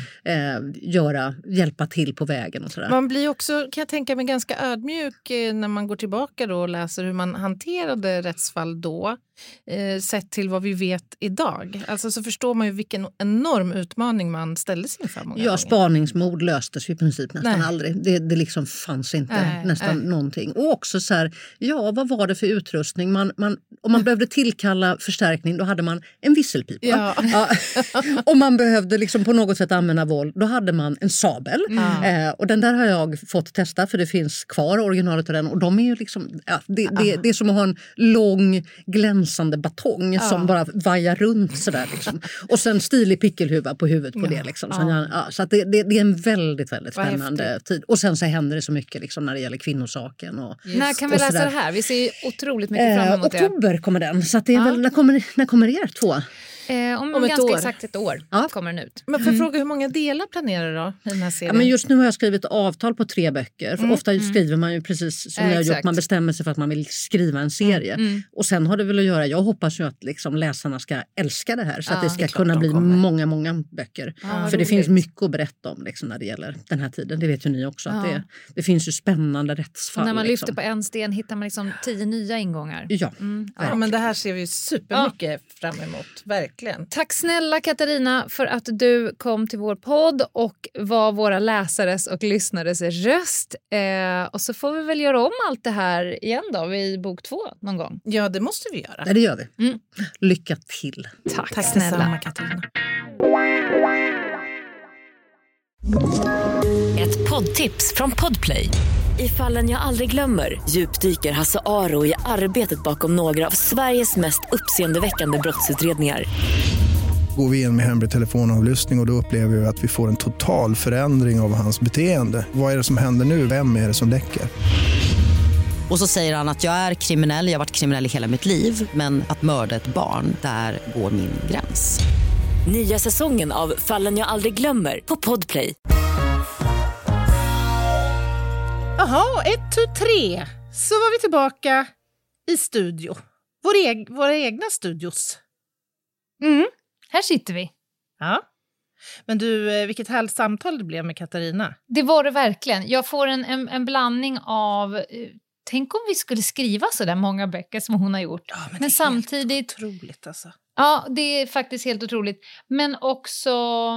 hjälpa till på vägen. Och sådär. Man blir också, kan jag tänka mig, ganska ödmjuk när man går tillbaka då och läser hur man hanterade rättsfall då. Sett till vad vi vet idag. Alltså så förstår man ju vilken enorm utmaning man ställde sig inför många gånger. Spaningsmord löstes i princip nästan aldrig. Det liksom fanns inte nästan någonting. Och också så här, vad var det för utrustning? Om man behövde tillkalla förstärkning, då hade man en visselpipa. Om man behövde liksom på något sätt använda våld, då hade man en sabel. Och den där har jag fått testa, för det finns kvar originalet av den. Och de är ju liksom, det är som att ha en lång glänsande batong som bara vajar runt sådär liksom. Och sen stilig pickelhuva på huvudet på det liksom. Så att det är en väldigt, väldigt spännande tid. Och sen så händer det så mycket liksom när det gäller kvinnosaken. När kan vi läsa det här? Vi ser ju otroligt mycket fram emot det. Oktober kommer den. Så att det är väl, när kommer er 2? Om ett ganska år. exakt ett år kommer den ut. Men får jag fråga, hur många delar planerar du då i den här serien? Ja, men just nu har jag skrivit avtal på 3 böcker. För ofta skriver man ju precis som jag har gjort. Man bestämmer sig för att man vill skriva en serie. Och sen har det väl att göra, jag hoppas ju att liksom läsarna ska älska det här. Så att det ska kunna bli många böcker. För det finns mycket att berätta om liksom, när det gäller den här tiden. Det vet ju ni också. Att det finns ju spännande rättsfall. Och när man liksom. lyfter på en sten hittar man liksom 10 nya ingångar. Ja, ja, men det här ser vi supermycket fram emot. Verkligen. Tack snälla Katarina för att du kom till vår podd och var våra läsares och lyssnares röst. Och så får vi väl göra om allt det här igen då i bok 2 någon gång. Ja, det måste vi göra. ja, det gör vi. Lycka till. Tack snälla snälla. Katarina. Ett poddtips från Podplay. I Fallen jag aldrig glömmer djupdyker Hasse Aro i arbetet bakom några av Sveriges mest uppseendeväckande brottsutredningar. Går vi in med hemlig telefonavlyssning och då upplever vi att vi får en total förändring av hans beteende. Vad är det som händer nu? Vem är det som läcker? Och så säger han att jag är kriminell, jag har varit kriminell i hela mitt liv. Men att mörda ett barn, där går min gräns. Nya säsongen av Fallen jag aldrig glömmer på Podplay. Jaha, 1, 2, 3. Så var vi tillbaka i studio. Våra egna studios. Här sitter vi. Ja. Men du, vilket härligt samtal det blev med Katarina. Det var det verkligen. Jag får en blandning av... Tänk om vi skulle skriva så där många böcker som hon har gjort. Ja, men samtidigt... Otroligt alltså. Ja, det är faktiskt helt otroligt. Men också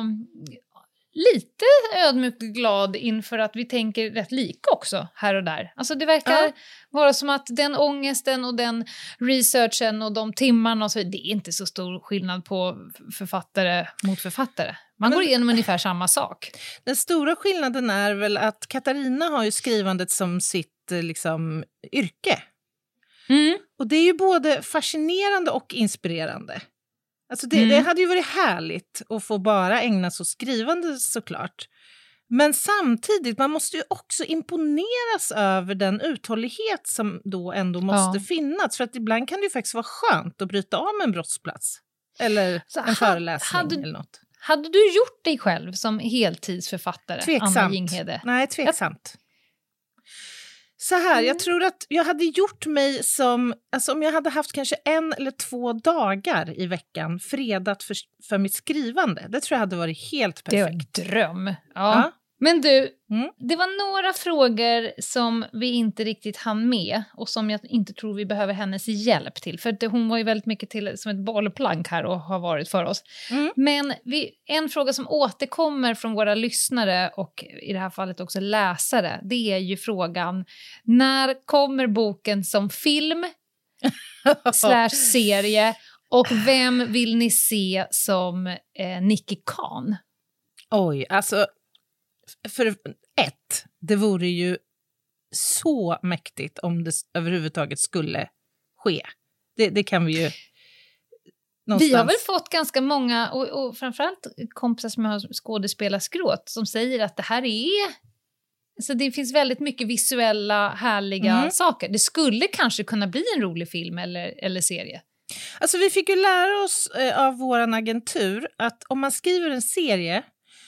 lite ödmjukt glad inför att vi tänker rätt lika också här och där. Alltså det verkar vara som att den ångesten och den researchen och de timmarna och så, det är inte så stor skillnad på författare mot författare. Man går igenom ungefär samma sak. Den stora skillnaden är väl att Katarina har ju skrivandet som sitt liksom, yrke. Och det är ju både fascinerande och inspirerande. Alltså det hade ju varit härligt att få bara ägna sig åt skrivande såklart. Men samtidigt, man måste ju också imponeras över den uthållighet som då ändå måste finnas. För att ibland kan det ju faktiskt vara skönt att bryta av med en brottsplats. Eller så en föreläsning eller något. Hade du gjort dig själv som heltidsförfattare, Tveksamt. Anna Jinghede? Nej, tveksamt. Så här, jag tror att jag hade gjort mig som... Alltså om jag hade haft kanske 1 eller 2 dagar i veckan fredat för mitt skrivande. Det tror jag hade varit helt perfekt. Det var en dröm. Ja. Men du, det var några frågor som vi inte riktigt hann med och som jag inte tror vi behöver hennes hjälp till. För hon var ju väldigt mycket till som ett bollplank här och har varit för oss. Men en fråga som återkommer från våra lyssnare och i det här fallet också läsare, det är ju frågan: när kommer boken som film / serie och vem vill ni se som Nicky Khan? Oj, alltså... För det vore ju så mäktigt om det överhuvudtaget skulle ske. Det kan vi ju någonstans... Vi har väl fått ganska många, och framförallt kompisar som har skådespelarskråt, som säger att det här är... Så det finns väldigt mycket visuella, härliga saker. Det skulle kanske kunna bli en rolig film eller serie. Alltså vi fick ju lära oss av våran agentur att om man skriver en serie...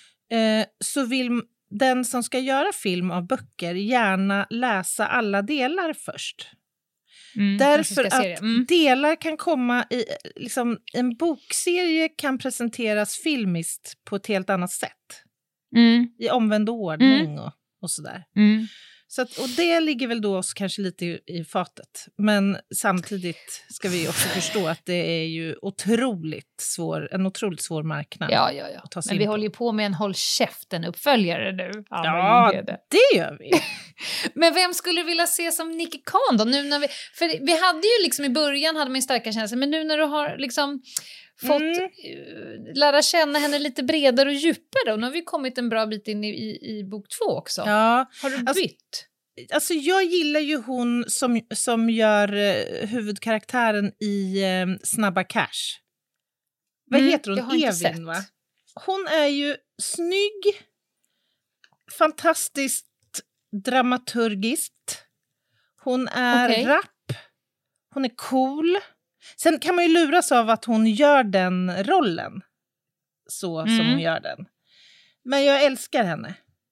så vill den som ska göra film av böcker gärna läsa alla delar först. Därför att delar kan komma i... Liksom, en bokserie kan presenteras filmiskt på ett helt annat sätt. I omvänd ordning och sådär. Så att, och det ligger väl då kanske lite i fatet. Men samtidigt ska vi också förstå att det är ju en otroligt svår marknad. Ja. Men vi håller ju på med en håll käften-uppföljare nu. Ja, det gör vi. Men vem skulle du vilja se som Nicky Khan då? Nu när för vi hade ju liksom i början hade man starka känslor, men nu när du har liksom fått lära känna henne lite bredare och djupare, och nu har vi kommit en bra bit in i bok 2 också. Ja, har du bytt? Alltså jag gillar ju hon som gör huvudkaraktären i Snabba Cash. Vad heter hon? Jag har inte Evin, sett. Va? Hon är ju snygg, fantastiskt dramaturgiskt. Hon är rapp. Hon är cool. Sen kan man ju luras av att hon gör den rollen så som hon gör den. Men jag älskar henne.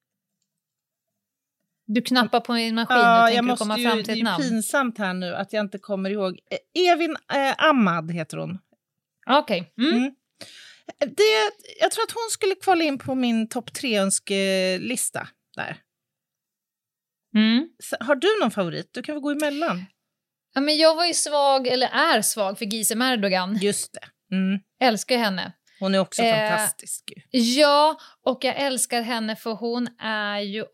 Du knappar på en maskin och tänker komma fram till ett namn. Det är pinsamt här nu att jag inte kommer ihåg. Evin Ahmad heter hon. Okej. Jag tror att hon skulle kvala in på min topp 3-önskelista där. Har du någon favorit? Du kan väl gå emellan. Ja, men jag var ju svag, eller är svag, för Gizem Erdogan. Just det. Älskar henne. Hon är också fantastisk. Ja, och jag älskar henne för hon är ju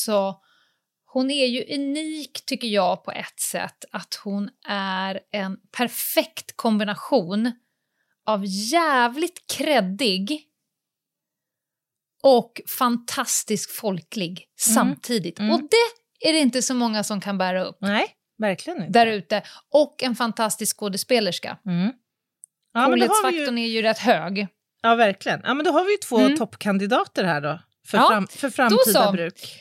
unik tycker jag på ett sätt. Att hon är en perfekt kombination av jävligt kreddig och fantastisk folklig samtidigt. Och det är det inte så många som kan bära upp. Nej, verkligen inte. Där ute. Och en fantastisk skådespelerska. Ja, Coolhetsfaktorn är ju rätt hög. Ja, verkligen. Ja, men då har vi ju 2 toppkandidater här då. För framtida bruk.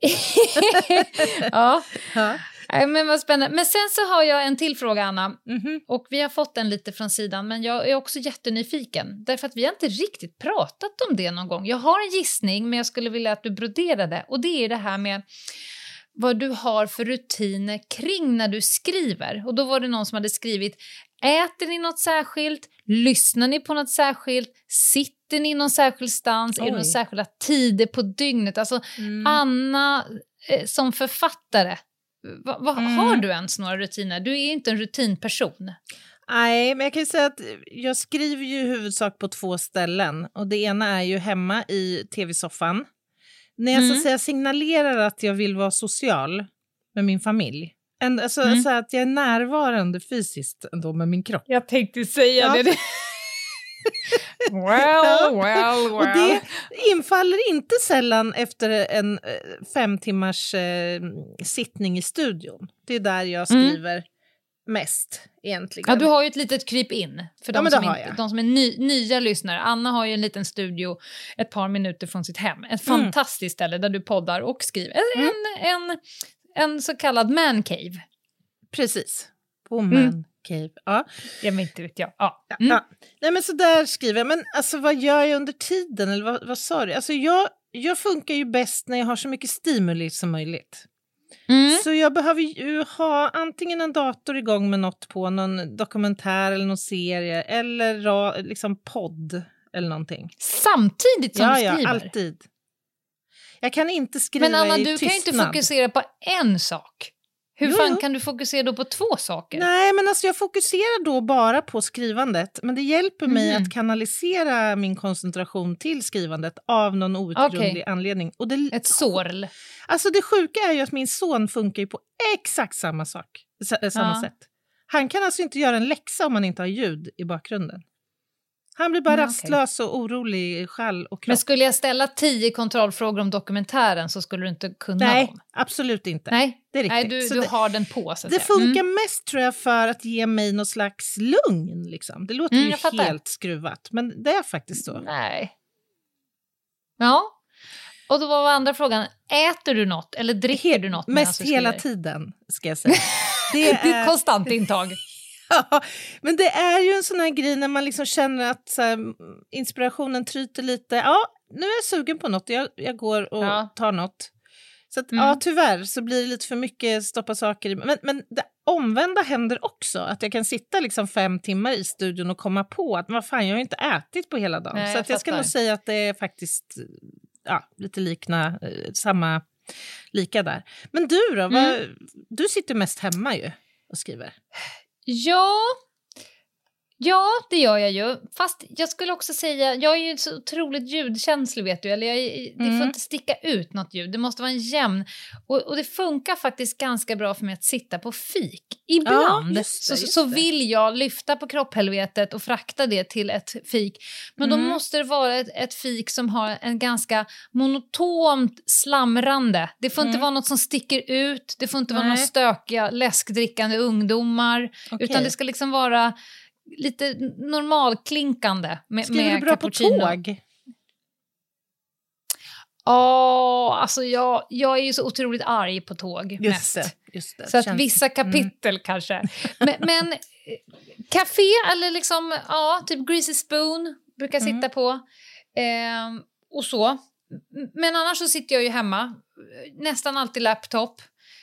Ja. Men vad spännande. Men sen så har jag en till fråga, Anna. Och vi har fått den lite från sidan. Men jag är också jättenyfiken. Därför att vi har inte riktigt pratat om det någon gång. Jag har en gissning, men jag skulle vilja att du broderade. Och det är det här med vad du har för rutiner kring när du skriver. Och då var det någon som hade skrivit: äter ni något särskilt? Lyssnar ni på något särskilt? Sitter ni i någon särskild stans? Är det några särskilda tider på dygnet? Alltså Anna som författare, har du ens några rutiner? Du är inte en rutinperson. Nej, men jag kan ju säga att jag skriver ju i huvudsak på 2 ställen. Och det ena är ju hemma i tv-soffan. När jag så att säga signalerar att jag vill vara social med min familj. Så att jag är närvarande fysiskt ändå med min kropp. Jag tänkte säga det. Well. Och det infaller inte sällan efter en 5 timmars sittning i studion. Det är där jag skriver mest egentligen. Ja, du har ju ett litet kryp in för de som är nya lyssnare. Anna har ju en liten studio ett par minuter från sitt hem. Ett fantastiskt ställe där du poddar och skriver. En så kallad man cave. Precis. På man cave. Ja. Jag vet inte, vet jag. Ja. Nej, men så där skriver jag. Men alltså vad gör jag under tiden? Eller vad sa du? Alltså jag funkar ju bäst när jag har så mycket stimuli som möjligt. Så jag behöver ju ha antingen en dator igång med något på, någon dokumentär eller någon serie eller liksom podd eller någonting. Samtidigt som du skriver? Ja, alltid. Jag kan inte skriva i tystnad. Men Anna, du kan ju inte fokusera på en sak. Hur fan kan du fokusera då på 2 saker? Nej, men alltså jag fokuserar då bara på skrivandet. Men det hjälper mig att kanalisera min koncentration till skrivandet av någon outgrundlig anledning. Och ett sorl. Alltså det sjuka är ju att min son funkar ju på exakt samma sätt. Han kan alltså inte göra en läxa om man inte har ljud i bakgrunden. Han blir bara rastlös och orolig i själ och kropp. Men skulle jag ställa 10 kontrollfrågor om dokumentären så skulle du inte kunna dem? Nej, absolut inte. Nej, det är riktigt. Nej, du har den på så att det funkar mest tror jag för att ge mig någon slags lugn. Liksom. Det låter ju helt skruvat, men det är faktiskt så. Nej. Ja, och då var andra frågan, äter du något eller dricker du något? Mest hela tiden, ska jag säga. Det är konstant intag. Ja, men det är ju en sån här grej när man liksom känner att så här, inspirationen tryter lite. Ja, nu är jag sugen på något. Jag går och tar något. Så att, tyvärr så blir det lite för mycket stoppa saker i. Men det omvända händer också. Att jag kan sitta liksom 5 timmar i studion och komma på att vad fan, jag har inte ätit på hela dagen. Nej, så att jag ska nog säga att det är faktiskt lite lika där. Men du då? Du sitter mest hemma ju och skriver. Ja, det gör jag ju. Fast jag skulle också säga, jag är ju så otroligt ljudkänslig, vet du. Eller det får inte sticka ut något ljud. Det måste vara en jämn. Och det funkar faktiskt ganska bra för mig att sitta på fik. Ibland så vill jag lyfta på kropphelvetet och frakta det till ett fik. Men då måste det vara ett fik som har en ganska monotont slamrande. Det får inte vara något som sticker ut. Det får inte vara några stökiga, läskdrickande ungdomar. Okay. Utan det ska liksom vara lite normalklinkande med skriver du bra cappuccino. På tåg? Alltså jag är ju så otroligt arg på tåg. Just det. Så att vissa kapitel kanske. Men Café eller liksom, typ Greasy Spoon brukar jag sitta på. Och så. Men annars så sitter jag ju hemma. Nästan alltid laptop.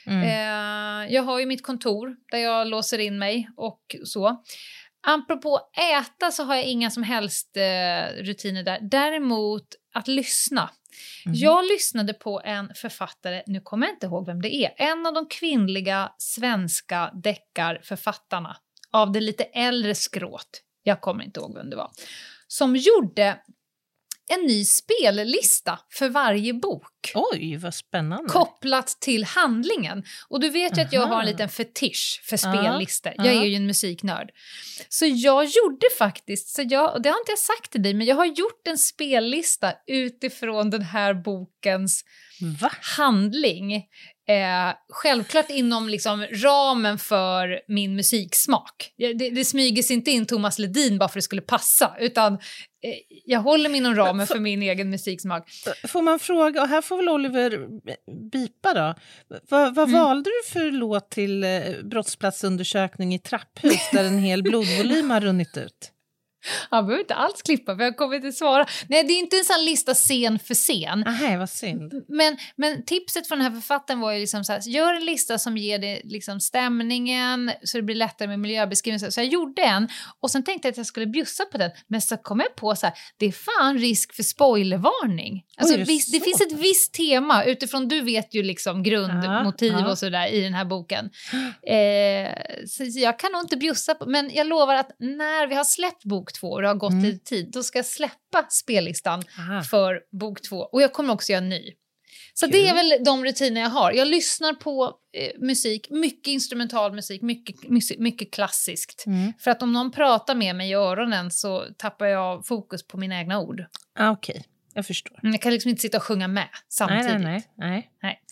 Jag har ju mitt kontor där jag låser in mig och så. Apropå äta så har jag inga som helst rutiner där. Däremot att lyssna. Jag lyssnade på en författare, nu kommer jag inte ihåg vem det är. En av de kvinnliga svenska deckarförfattarna av det lite äldre skråt. Jag kommer inte ihåg vem det var. Som gjorde en ny spellista för varje bok. Oj, vad spännande. Kopplat till handlingen. Och du vet ju att jag har en liten fetisch för spellistor. Jag är ju en musiknörd. Så jag gjorde faktiskt, det har inte jag sagt till dig, men jag har gjort en spellista utifrån den här bokens handling. Självklart inom liksom ramen för min musiksmak. Det smyger sig inte in Thomas Ledin bara för att det skulle passa, utan jag håller mig inom ramen för min egen musiksmak. Får man fråga, och här får väl Oliver bipa då. Vad valde du för låt till brottsplatsundersökning i trapphus där en hel blodvolym har runnit ut? Han behöver inte alls klippa för jag kommer inte svara. Nej, det är inte en sån lista scen för scen. Nej, vad synd. Men tipset från den här författaren var ju liksom så här, gör en lista som ger det liksom stämningen så det blir lättare med miljöbeskrivning. Så jag gjorde en och sen tänkte jag att jag skulle bjussa på den. Men så kom jag på så här, det är fan risk för spoilervarning. Alltså det finns ett visst tema utifrån, du vet ju liksom grundmotiv och sådär i den här boken. Så jag kan nog inte bjussa på, men jag lovar att när vi har släppt bok 2 och det har gått lite tid, då ska jag släppa spellistan för bok 2 och jag kommer också göra en ny. Så det är väl de rutiner jag har. Jag lyssnar på musik, mycket instrumental musik, mycket klassiskt. För att om någon pratar med mig i öronen så tappar jag fokus på mina egna ord. Okej, jag förstår. Jag kan liksom inte sitta och sjunga med samtidigt. Nej.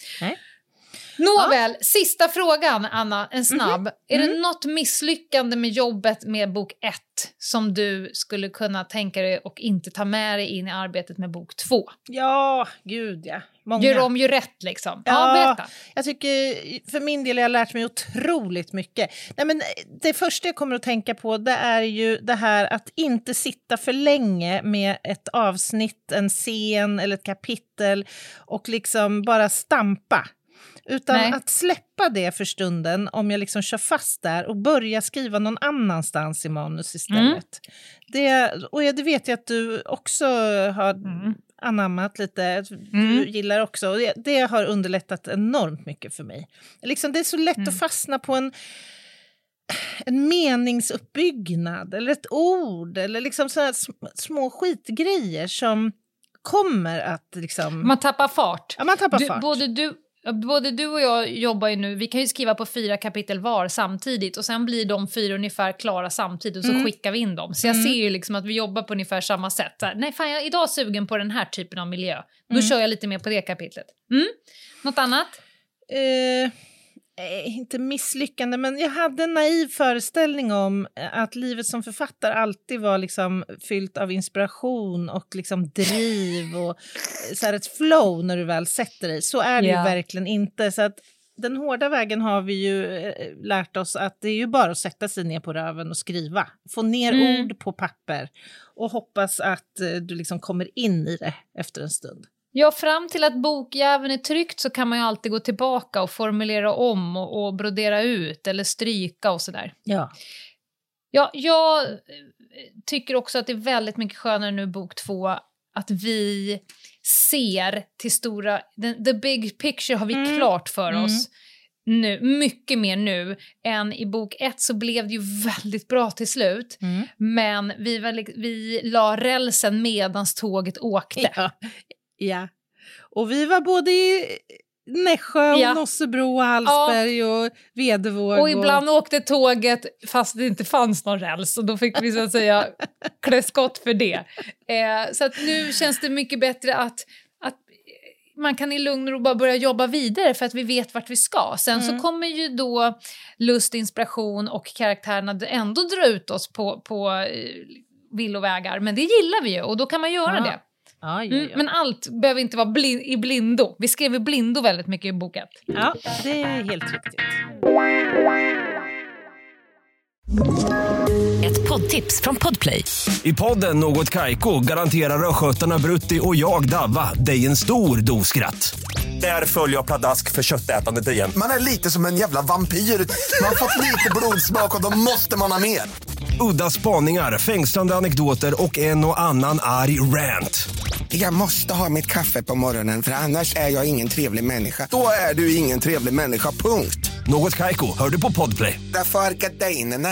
Nåväl, sista frågan, Anna, en snabb. Är det något misslyckande med jobbet med bok 1 som du skulle kunna tänka dig och inte ta med dig in i arbetet med bok 2? Ja, gud ja. Många. Gör om, gör rätt liksom. Ja, berätta. Jag tycker, för min del har jag lärt mig otroligt mycket. Nej, men det första jag kommer att tänka på, det är ju det här att inte sitta för länge med ett avsnitt, en scen eller ett kapitel och liksom bara stampa. Utan att släppa det för stunden om jag liksom kör fast där och börja skriva någon annanstans i manus istället. Det vet jag att du också har anammat lite. Du gillar också. Det har underlättat enormt mycket för mig. Liksom, det är så lätt att fastna på en meningsuppbyggnad eller ett ord eller liksom sådana små skitgrejer som kommer att liksom... Man tappar fart. Ja, man tappar fart. Både du och jag jobbar ju nu, vi kan ju skriva på 4 kapitel var samtidigt och sen blir de 4 ungefär klara samtidigt och så skickar vi in dem. Så jag ser ju liksom att vi jobbar på ungefär samma sätt. Så här, nej fan, jag är idag sugen på den här typen av miljö. Då kör jag lite mer på det kapitlet. Något annat? Inte misslyckande, men jag hade en naiv föreställning om att livet som författare alltid var liksom fyllt av inspiration och liksom driv och så här ett flow när du väl sätter dig. Så är det ju verkligen inte. Så att den hårda vägen har vi ju lärt oss att det är ju bara att sätta sig ner på röven och skriva. Få ner ord på papper och hoppas att du liksom kommer in i det efter en stund. Ja, fram till att bokjäveln är tryckt så kan man ju alltid gå tillbaka och formulera om och brodera ut eller stryka och sådär. Ja, jag tycker också att det är väldigt mycket skönare nu bok 2 att vi ser till stora... The big picture har vi klart för oss nu, mycket mer nu än i bok 1 så blev det ju väldigt bra till slut. Men vi la rälsen medans tåget åkte. Ja, och vi var både i Nässjö och Nossebro och Hallsberg och Vedevåg. Och ibland åkte tåget fast det inte fanns någon räls och då fick vi så att säga klä skott för det. Så att nu känns det mycket bättre att man kan i lugn och ro bara börja jobba vidare för att vi vet vart vi ska. Sen så kommer ju då lust, inspiration och karaktärerna ändå dra ut oss på villovägar. Men det gillar vi ju och då kan man göra det. Ja. Men allt behöver inte vara i blindo. Vi skrev i blindo väldigt mycket i boken. Ja, det är helt riktigt. Ett poddtips från Podplay. I podden Något Kaiko garanterar röskötarna Brutti och jag Davva dig en stor dos skratt. Där följer jag pladask för köttätandet igen. Man är lite som en jävla vampyr. Man har fått lite blodsmak och då måste man ha mer. Udda spaningar, fängslande anekdoter och en och annan arg rant. Jag måste ha mitt kaffe på morgonen för annars är jag ingen trevlig människa. Då är du ingen trevlig människa, punkt. Något Kaiko, hör du på Podplay. Därför är gardinerna.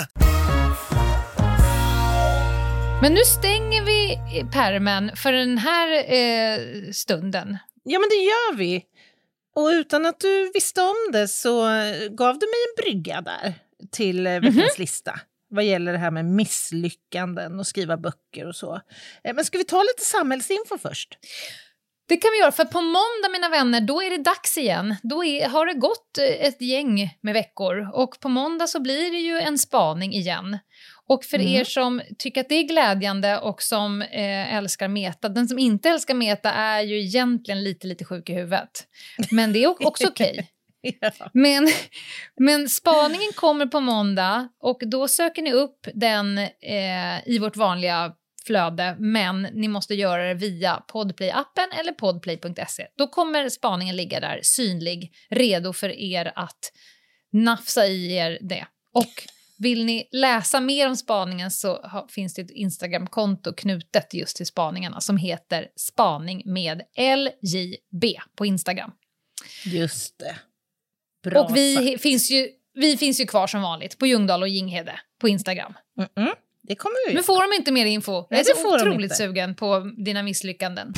Men nu stänger vi pärmen för den här stunden. Ja, men det gör vi. Och utan att du visste om det så gav du mig en brygga där till veckans lista. Vad gäller det här med misslyckanden och skriva böcker och så. Men ska vi ta lite samhällsinfo först? Det kan vi göra, för på måndag, mina vänner, då är det dags igen. Då har det gått ett gäng med veckor. Och på måndag så blir det ju en spaning igen. Och för er som tycker att det är glädjande och som älskar meta. Den som inte älskar meta är ju egentligen lite sjuk i huvudet. Men det är också okej. Ja. Men spaningen kommer på måndag och då söker ni upp den i vårt vanliga flöde, men ni måste göra det via Podplay-appen eller podplay.se. Då kommer spaningen ligga där synlig, redo för er att nafsa i er det. Och vill ni läsa mer om spaningen så finns det ett Instagram-konto knutet just till spaningarna som heter spaning med LJB på Instagram. Just det. Bra och vi finns ju kvar som vanligt på Ljungdahl och Ginghede på Instagram. Det kommer vi. Nu får de inte mer info. Jag är så otroligt sugen på dina misslyckanden.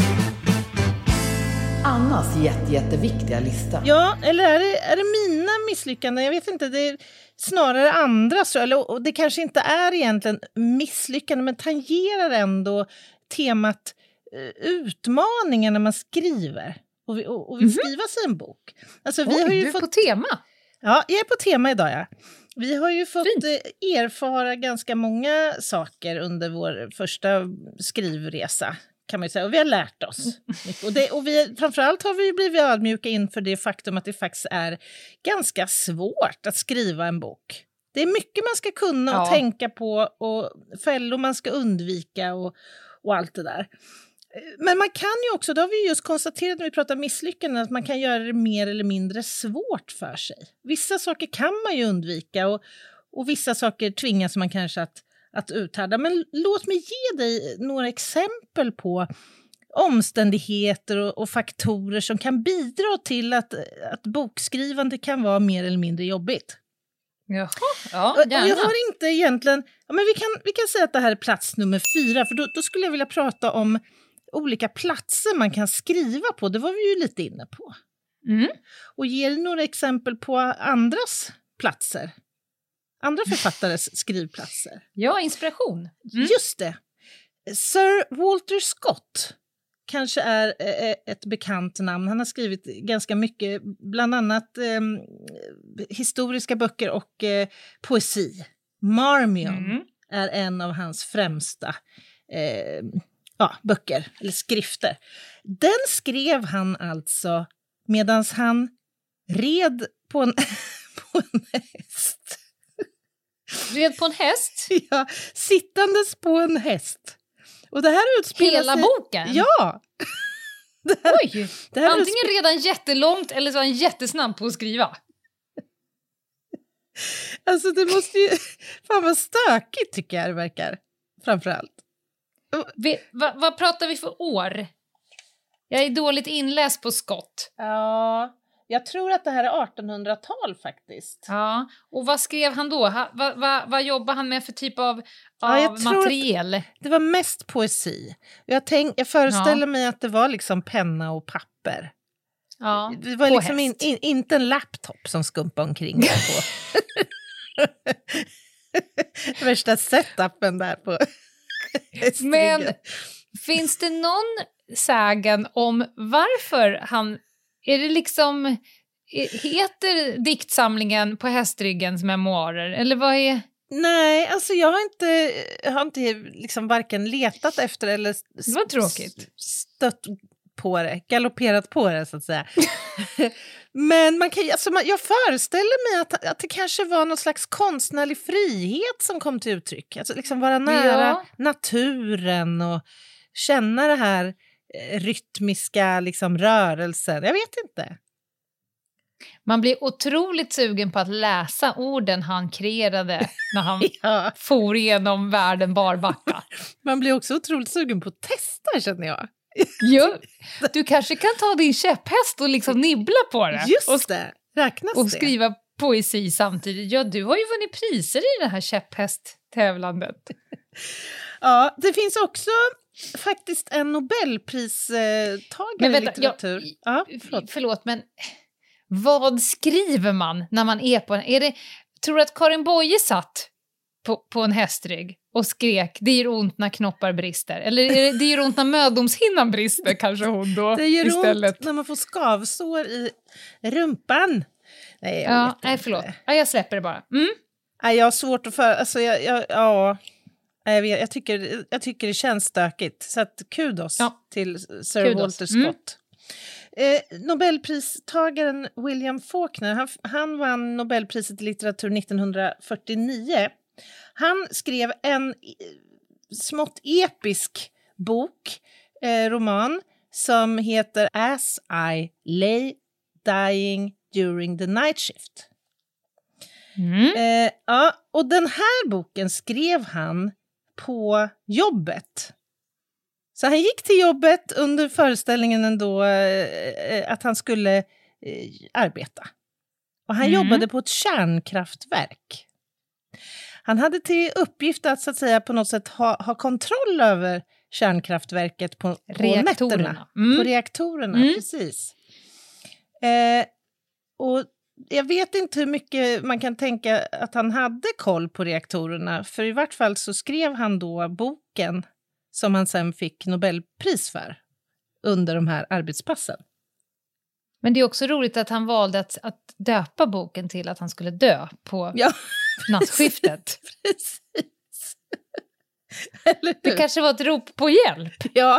Annas jätteviktiga lista. Ja, eller är det mina misslyckanden? Jag vet inte, det är snarare andras. Och det kanske inte är egentligen misslyckanden, men tangerar ändå temat utmaningen när man skriver. Och vill skriva sig en bok. Alltså, vi har ju du är på tema. Ja, jag är på tema idag, ja. Vi har ju fått erfara ganska många saker under vår första skrivresa, kan man ju säga. Och vi har lärt oss. Och framförallt har vi blivit ödmjuka inför det faktum att det faktiskt är ganska svårt att skriva en bok. Det är mycket man ska kunna och tänka på och fällor man ska undvika och allt det där. Men man kan ju också, det har vi just konstaterat när vi pratar misslyckanden, att man kan göra det mer eller mindre svårt för sig. Vissa saker kan man ju undvika och vissa saker tvingas man kanske att uthärda. Men låt mig ge dig några exempel på omständigheter och faktorer som kan bidra till att bokskrivande kan vara mer eller mindre jobbigt. Jaha, ja, gärna. Och jag har inte egentligen, men vi kan säga att det här är plats nummer 4, för då skulle jag vilja prata om olika platser man kan skriva på. Det var vi ju lite inne på. Och ge några exempel på andras platser. Andra författares skrivplatser. Ja, inspiration. Just det. Sir Walter Scott kanske är ett bekant namn. Han har skrivit ganska mycket, bland annat historiska böcker och poesi. Marmion är en av hans främsta böcker eller skrifter. Den skrev han alltså medan han red på en häst. Red på en häst? Ja, sittandes på en häst. Och det här utspelar hela sig... boken? Ja! Oj! Antingen redan jättelångt eller så är han jättesnabb på att skriva. Alltså det måste ju... Fan vad stökigt tycker jag det verkar. Framförallt. Vad pratar vi för år? Jag är dåligt inläst på Scott. Ja, jag tror att det här är 1800-tal faktiskt. Ja, och vad skrev han då? Vad jobbar han med för typ av material? Det var mest poesi. Jag föreställer mig att det var liksom penna och papper. Ja, det var liksom inte en laptop som skumpade omkring där på. Värsta setupen där på. Men finns det någon sägen om varför han... Är det liksom... Heter diktsamlingen På hästryggens memoarer? Eller vad är... Nej, alltså jag har inte liksom varken letat efter eller vad tråkigt. stött galopperat på det så att säga. Men jag föreställer mig att det kanske var någon slags konstnärlig frihet som kom till uttryck. Alltså liksom vara nära naturen och känna det här rytmiska liksom rörelsen. Jag vet inte. Man blir otroligt sugen på att läsa orden han kreerade när han for igenom världen barbacka. Man blir också otroligt sugen på att testa, känner jag. Jo, du kanske kan ta din käpphäst och liksom nibbla på det. Just det, räknas och skriva poesi samtidigt. Ja, du har ju vunnit priser i det här käpphästtävlandet. Ja, det finns också faktiskt en Nobelpristagare i litteratur. Förlåt, men vad skriver man när man är på en... Tror du att Karin Boye satt på en hästrygg och skrek det gör ont när knoppar brister? Eller det gör ont när mödomshinnan brister, kanske hon då det gör istället. Ont när man får skavsår i rumpan. Nej, förlåt. Jag släpper det bara. Nej, jag har svårt att jag tycker det känns stökigt. Så att kudos till Sir Walter Scott. Nobelpristagaren William Faulkner, han vann Nobelpriset i litteratur 1949. Han skrev en smått episk bok, roman, som heter As I Lay Dying During the Night Shift. Och den här boken skrev han på jobbet. Så han gick till jobbet under föreställningen ändå att han skulle arbeta. Och han jobbade på ett kärnkraftverk. Han hade till uppgift att så att säga på något sätt ha kontroll över kärnkraftverket på nätterna. På reaktorerna, precis. Och jag vet inte hur mycket man kan tänka att han hade koll på reaktorerna. För i vart fall så skrev han då boken som han sen fick Nobelpris för under de här arbetspassen. Men det är också roligt att han valde att döpa boken till att han skulle dö på nattskiftet. Precis. Det kanske var ett rop på hjälp.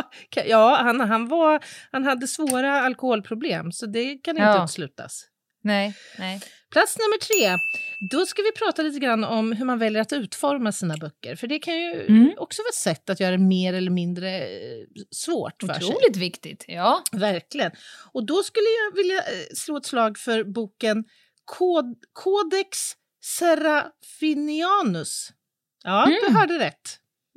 Han hade svåra alkoholproblem, så det kan inte utslutas. Nej. Plats nummer 3. Då ska vi prata lite grann om hur man väljer att utforma sina böcker. För det kan ju också vara ett sätt att göra det mer eller mindre svårt för sig. Otroligt viktigt, ja. Verkligen. Och då skulle jag vilja slå ett slag för boken Codex Serafinianus. Ja, du hörde rätt.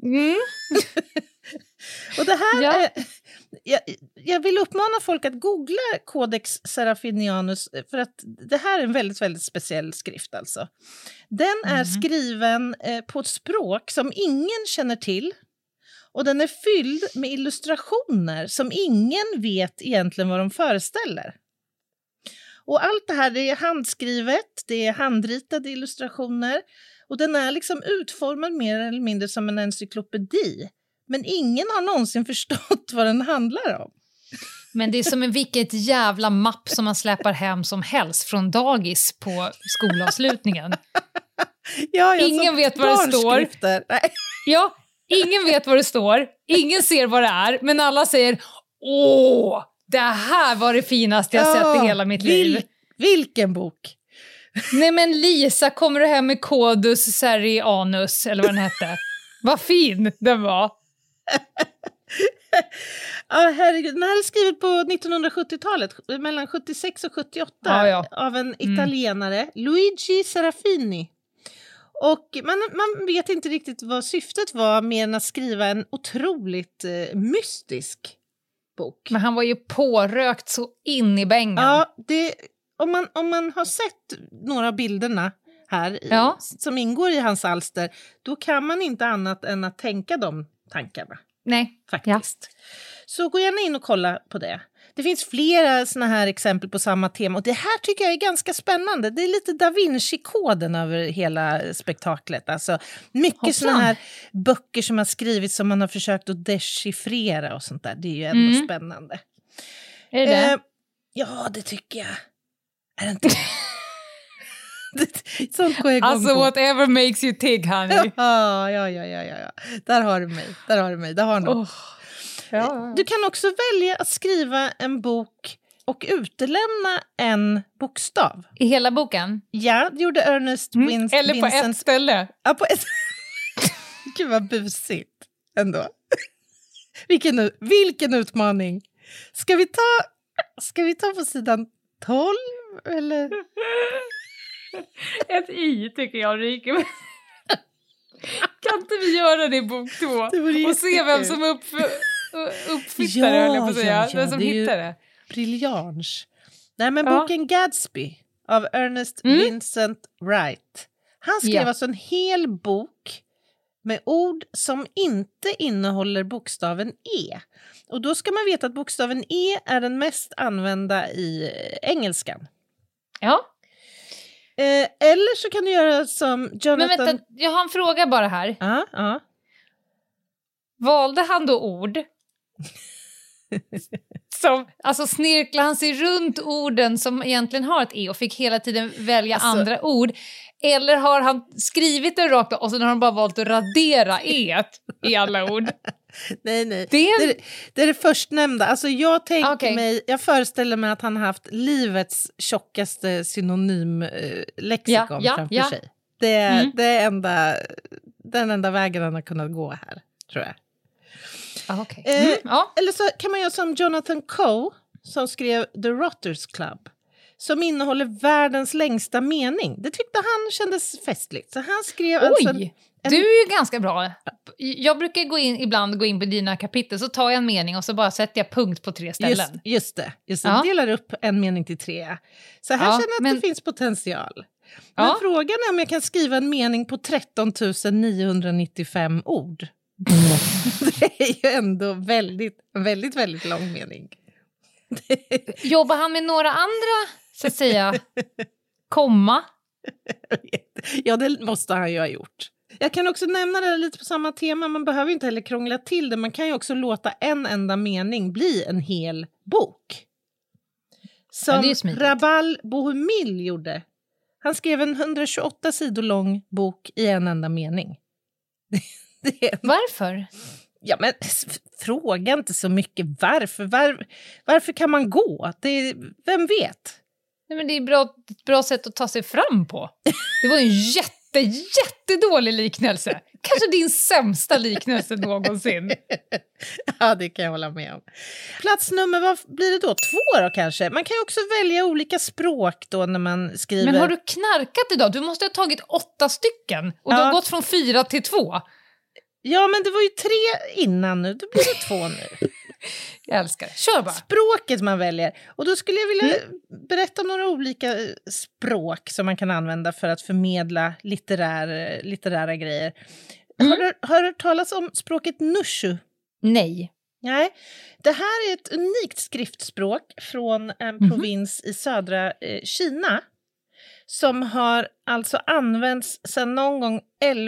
Och det här jag vill uppmana folk att googla Codex Serafinianus, för att det här är en väldigt, väldigt speciell skrift alltså. Den är skriven på ett språk som ingen känner till, och den är fylld med illustrationer som ingen vet egentligen vad de föreställer. Och allt det här, det är handskrivet, det är handritade illustrationer, och den är liksom utformad mer eller mindre som en encyklopedi. Men ingen har någonsin förstått vad den handlar om. Men det är som vilket jävla mapp som man släpar hem som helst från dagis på skolavslutningen. Ingen vet vad det står. Ja, ingen vet vad det står. Ingen ser vad det är. Men alla säger, åh, det här var det finaste jag sett i hela mitt liv. Vilken bok? Nej, men Lisa, kommer du hem med Codus Serianus, eller vad den hette? Vad fin den var. Ja, herregud. Den här är skriven på 1970-talet, mellan 76 och 78, av en italienare, Luigi Serafini. Och man vet inte riktigt vad syftet var med än att skriva en otroligt mystisk bok. Men han var ju pårökt så in i bängen. Ja, om man har sett några av bilderna här som ingår i hans alster, då kan man inte annat än att tänka de tankarna. Nej. Faktiskt. Så gå gärna in och kolla på det. Det finns flera såna här exempel på samma tema, och det här tycker jag är ganska spännande. Det är lite Da Vinci-koden över hela spektaklet. Alltså mycket såna här böcker som har skrivits som man har försökt att dechiffrera och sånt där. Det är ju ändå spännande. Är det? Ja, det tycker jag. Är det inte? Sånt går jag igång alltså på. whatever makes you tick, honey. Ja. Där har du mig. Där har något. Ja. Du kan också välja att skriva en bok och utelämna en bokstav. I hela boken? Ja, det gjorde Ernest Vincent. Eller på ett ställe. Ja, på ett... Gud vad busigt ändå. Vilken utmaning. Ska vi ta på sidan 12 eller? Ett i tycker jag ryker. Kan inte vi göra det i bok 2? Och se vem som uppfittar det, höll jag på att säga. Vem som hittar det. Briljans. Nej, men boken Gatsby av Ernest Vincent Wright. Han skrev alltså en hel bok med ord som inte innehåller bokstaven E. Och då ska man veta att bokstaven E är den mest använda i engelskan. Ja. Eller så kan du göra som Jonathan... Men vänta, jag har en fråga bara här. Ja. Valde han då ord? Alltså snirklar han sig runt orden som egentligen har ett E och fick hela tiden välja andra ord? Eller har han skrivit det rakt och så har han bara valt att radera E i alla ord? Nej. Det är det förstnämnda. Alltså jag föreställer mig att han har haft livets tjockaste synonymlexikon framför sig. Det är den enda vägen han har kunnat gå här, tror jag. Okay. Eller så kan man göra som Jonathan Coe som skrev The Rotters Club, som innehåller världens längsta mening. Det tyckte han kändes festligt. Så han skrev du är ju ganska bra. Jag brukar ibland gå in på dina kapitel, så tar jag en mening och så bara sätter jag punkt på 3 ställen. Just det. Ja. Delar upp en mening till 3. Så här känner jag att det finns potential. Men frågan är om jag kan skriva en mening på 13 995 ord. Det är ju ändå väldigt, väldigt lång mening. Jobbar han med några andra, så att säga, komma? Ja, det måste han ju ha gjort. Jag kan också nämna det lite på samma tema. Man behöver inte heller krångla till det. Man kan ju också låta en enda mening bli en hel bok. Som Rabal Bohumil gjorde. Han skrev en 128 sidor lång bok i en enda mening. Varför? Ja, men fråga inte så mycket varför kan man gå? Vem vet? Nej, men det är ett bra sätt att ta sig fram på. Det var en jättedålig liknelse. Kanske din sämsta liknelse någonsin. Ja, det kan jag hålla med om. Platsnummer, vad blir det då? 2 då kanske? Man kan ju också välja olika språk då när man skriver. Men har du knarkat idag? Du måste ha tagit 8 stycken. Och du har gått från 4 till 2. Ja, men det var ju 3 innan nu. Då blir det 2 nu. Jag älskar det. Kör bara. Språket man väljer. Och då skulle jag vilja berätta om några olika språk som man kan använda för att förmedla litterära grejer. Har du hört talas om språket Nushu? Nej. Det här är ett unikt skriftspråk från en provins i södra Kina. Som har alltså använts sedan någon gång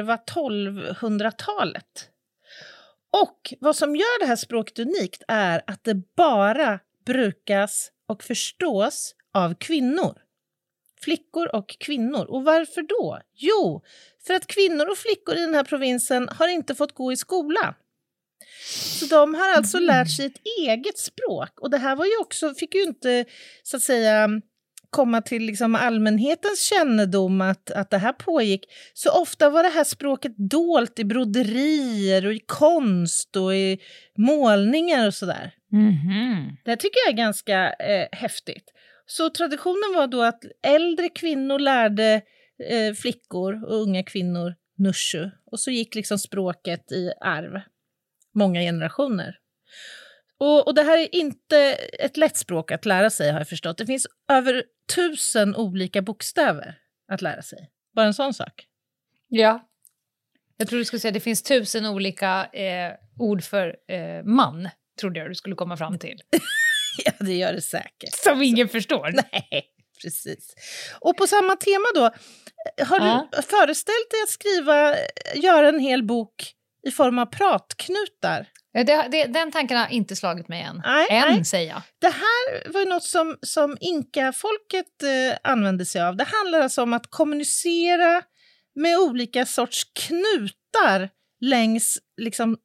1100-1200-talet. Och vad som gör det här språket unikt är att det bara brukas och förstås av kvinnor. Flickor och kvinnor. Och varför då? Jo, för att kvinnor och flickor i den här provinsen har inte fått gå i skolan. Så de har alltså lärt sig ett eget språk. Och det här var ju också, fick ju inte så att säga komma till liksom allmänhetens kännedom att det här pågick. Så ofta var det här språket dolt i broderier och i konst och i målningar och sådär. Det tycker jag är ganska häftigt. Så traditionen var då att äldre kvinnor lärde flickor och unga kvinnor Nushu. Och så gick liksom språket i arv. Många generationer. Och det här är inte ett lätt språk att lära sig, har jag förstått. Det finns över 1000 olika bokstäver att lära sig. Bara en sån sak. Ja. Jag tror du skulle säga att det finns 1000 olika ord för man. Trodde jag du skulle komma fram till. Ja, det gör det säkert. Som ingen förstår. Nej, precis. Och på samma tema då. Har du föreställt dig att göra en hel bok i form av pratknutar? Den tanken har inte slagit mig än. Nej. Säger jag. Det här var något som Inka-folket använde sig av. Det handlar alltså om att kommunicera med olika sorts knutar längs liksom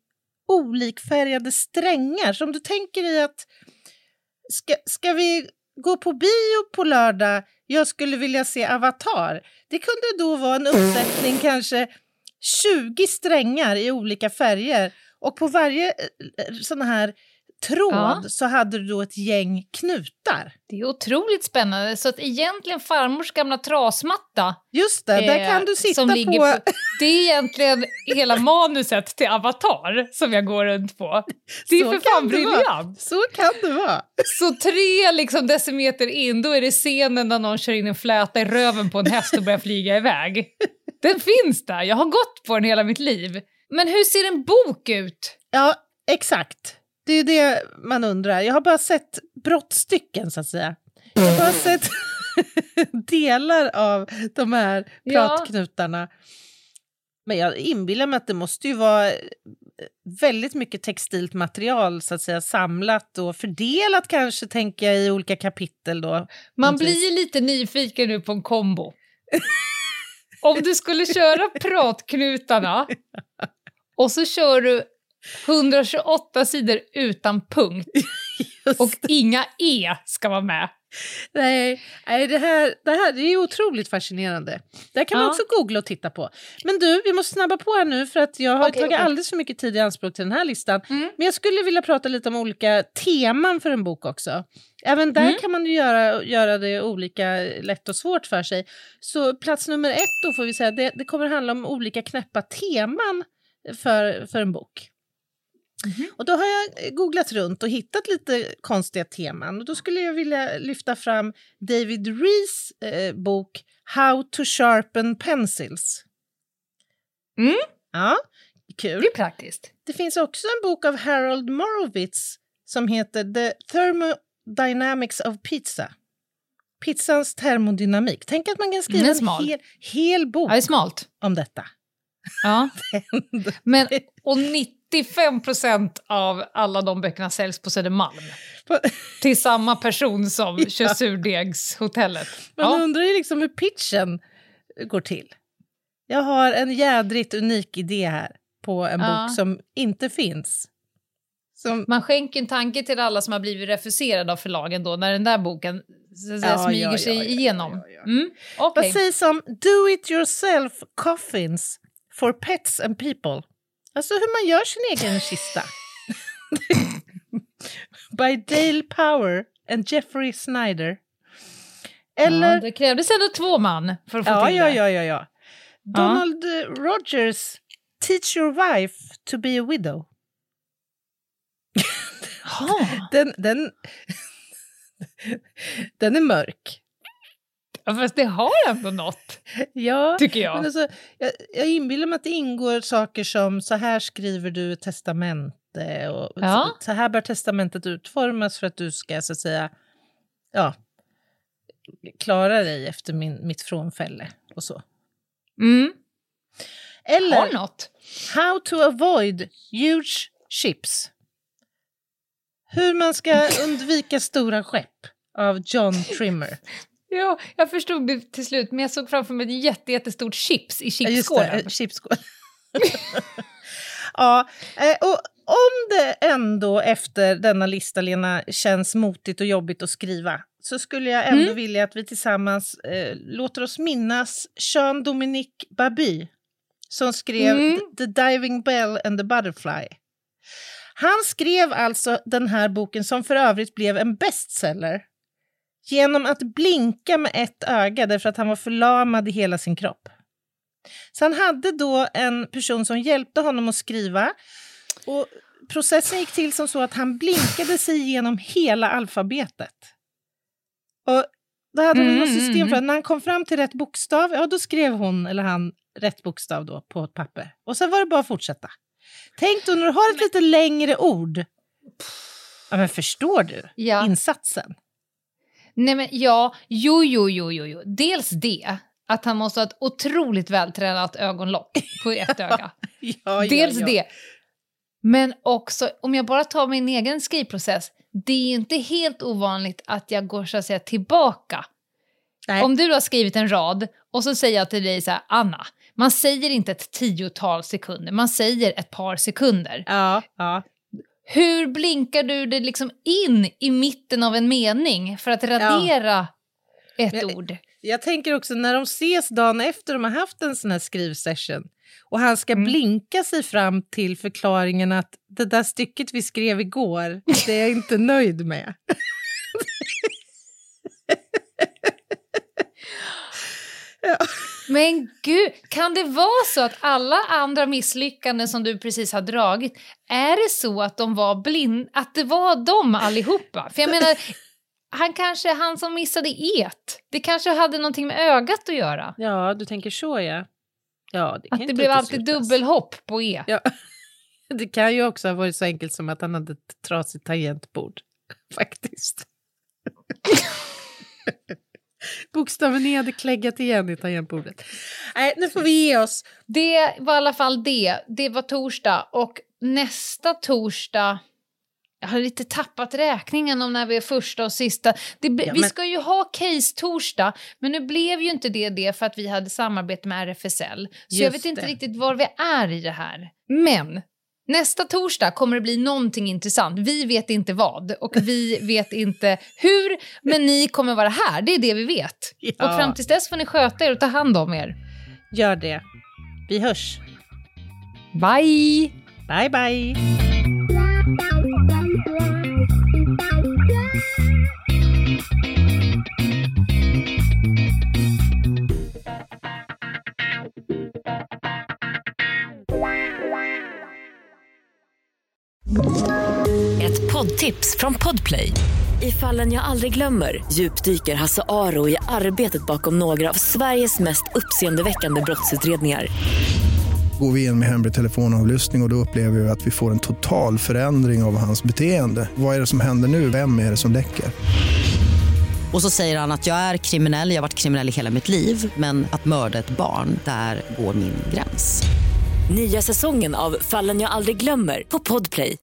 olikfärgade strängar. Så om du tänker i att ska vi gå på bio på lördag, jag skulle vilja se Avatar. Det kunde då vara en uppsättning kanske 20 strängar i olika färger. Och på varje sån här tråd så hade du då ett gäng knutar. Det är otroligt spännande. Så att egentligen farmors gamla trasmatta. Just det, där kan du sitta som ligger på... Det är egentligen hela manuset till Avatar som jag går runt på. Det är så för fan briljant. Så kan det vara. Så 3 liksom decimeter in, då är det scenen där någon kör in en fläta i röven på en häst och börjar flyga iväg. Den finns där, jag har gått på den hela mitt liv. Men hur ser en bok ut? Ja, exakt. Det är ju det man undrar. Jag har bara sett brottstycken så att säga. Jag har bara sett delar av de här pratknutarna. Men jag inbillar mig att det måste ju vara väldigt mycket textilt material så att säga samlat och fördelat kanske, tänker jag, i olika kapitel då. Man blir ju lite nyfiken nu på en kombo. Om du skulle köra pratknutarna och så kör du 128 sidor utan punkt och inga ska vara med. Nej, det här det är otroligt fascinerande. Det kan man också googla och titta på. Men du, vi måste snabba på här nu för att jag har tagit alldeles för mycket tid i anspråk till den här listan. Men jag skulle vilja prata lite om olika teman för en bok också. Även där kan man ju göra det olika lätt och svårt för sig. Så plats nummer 1 då får vi säga, det kommer handla om olika knäppa teman för en bok. Och då har jag googlat runt och hittat lite konstiga teman. Och då skulle jag vilja lyfta fram David Rees bok How to Sharpen Pencils. Ja, kul. Det är praktiskt. Det finns också en bok av Harold Morowitz som heter The Thermodynamics of Pizza. Pizzans termodynamik. Tänk att man kan skriva en hel bok om detta. Ja. Men, och 95% av alla de böckerna säljs på Södermalm. Till samma person som kör surdegshotellet. Man undrar ju liksom hur pitchen går till. Jag har en jädrigt unik idé här på en bok som inte finns. Man skänker en tanke till alla som har blivit refuserade av förlagen då, när den där boken smyger sig igenom. Vad sägs om Do It Yourself Coffins for Pets and People? Alltså hur man gör sin egen kista. By Dale Power and Jeffrey Snyder. Eller... det krävdes ändå 2 man för att få till det. Ja. Donald Rogers Teach Your Wife to be a Widow. Den är mörk. Ja, fast det har ändå något. Ja, tycker jag. Men alltså, jag inbillar mig att det ingår saker som så här skriver du ett testamente och så här bör testamentet utformas för att du ska så att säga klara dig efter mitt frånfälle och så. Eller har något. How to avoid huge ships. Hur man ska undvika stora skepp av John Trimmer. Ja, jag förstod det till slut, men jag såg framför mig ett jättestort chips i chipsskålen. Just det, chipsskål. Ja, och om det ändå efter denna lista, Lena, känns motigt och jobbigt att skriva, så skulle jag ändå vilja att vi tillsammans låter oss minnas Jean-Dominique Baby som skrev The Diving Bell and the Butterfly. Han skrev alltså den här boken, som för övrigt blev en bestseller, genom att blinka med ett öga därför att han var förlamad i hela sin kropp. Så han hade då en person som hjälpte honom att skriva, och processen gick till som så att han blinkade sig igenom hela alfabetet. Och då hade han något system för att när han kom fram till rätt bokstav, då skrev hon eller han rätt bokstav då på ett papper. Och sen var det bara att fortsätta. Tänk då när du har ett lite längre ord. Ja, men förstår du insatsen? Nej men jo. Dels det, att han måste ha ett otroligt vältränat ögonlock på ett öga. Dels det. Men också, om jag bara tar min egen skrivprocess, det är inte helt ovanligt att jag går så att säga tillbaka. Nej. Om du har skrivit en rad och så säger jag till dig så här: Anna, Man säger inte ett 10-tal sekunder, man säger ett par sekunder. Ja. Hur blinkar du det liksom in i mitten av en mening för att radera ett ord? Jag tänker också när de ses dagen efter de har haft en sån här skrivsession och han ska blinka sig fram till förklaringen att det där stycket vi skrev igår, det är jag inte nöjd med. Men gud, kan det vara så att alla andra misslyckanden som du precis har dragit, är det så att de var att det var de allihopa? För jag menar, han som missade det kanske hade någonting med ögat att göra. Ja, du tänker så, ja. Det kan att det blev alltid dubbelhopp på E. Ja. Det kan ju också ha varit så enkelt som att han hade ett trasigt tangentbord. Faktiskt. Bokstaven E hade kläggat igen i tangentbordet. Nej, nu får vi ge oss. Det var i alla fall det. Det var torsdag. Och nästa torsdag... Jag har lite tappat räkningen om när vi är första och sista. Vi ska ju ha case-torsdag. Men nu blev ju inte det för att vi hade samarbete med RFSL. Så jag vet inte riktigt var vi är i det här. Men... nästa torsdag kommer det bli någonting intressant. Vi vet inte vad och vi vet inte hur, men ni kommer vara här. Det är det vi vet. Ja. Och fram tills dess får ni sköta er och ta hand om er. Gör det. Vi hörs. Bye! Bye, bye. Ett poddtips från Podplay. I Fallen jag aldrig glömmer djupdyker Hasse Aro i arbetet bakom några av Sveriges mest uppseendeväckande brottsutredningar. Går vi in med hemlig telefonavlyssning och då upplever vi att vi får en total förändring av hans beteende. Vad är det som händer nu? Vem är det som läcker? Och så säger han att jag är kriminell, jag har varit kriminell i hela mitt liv. Men att mörda ett barn, där går min gräns. Nya säsongen av Fallen jag aldrig glömmer på Podplay.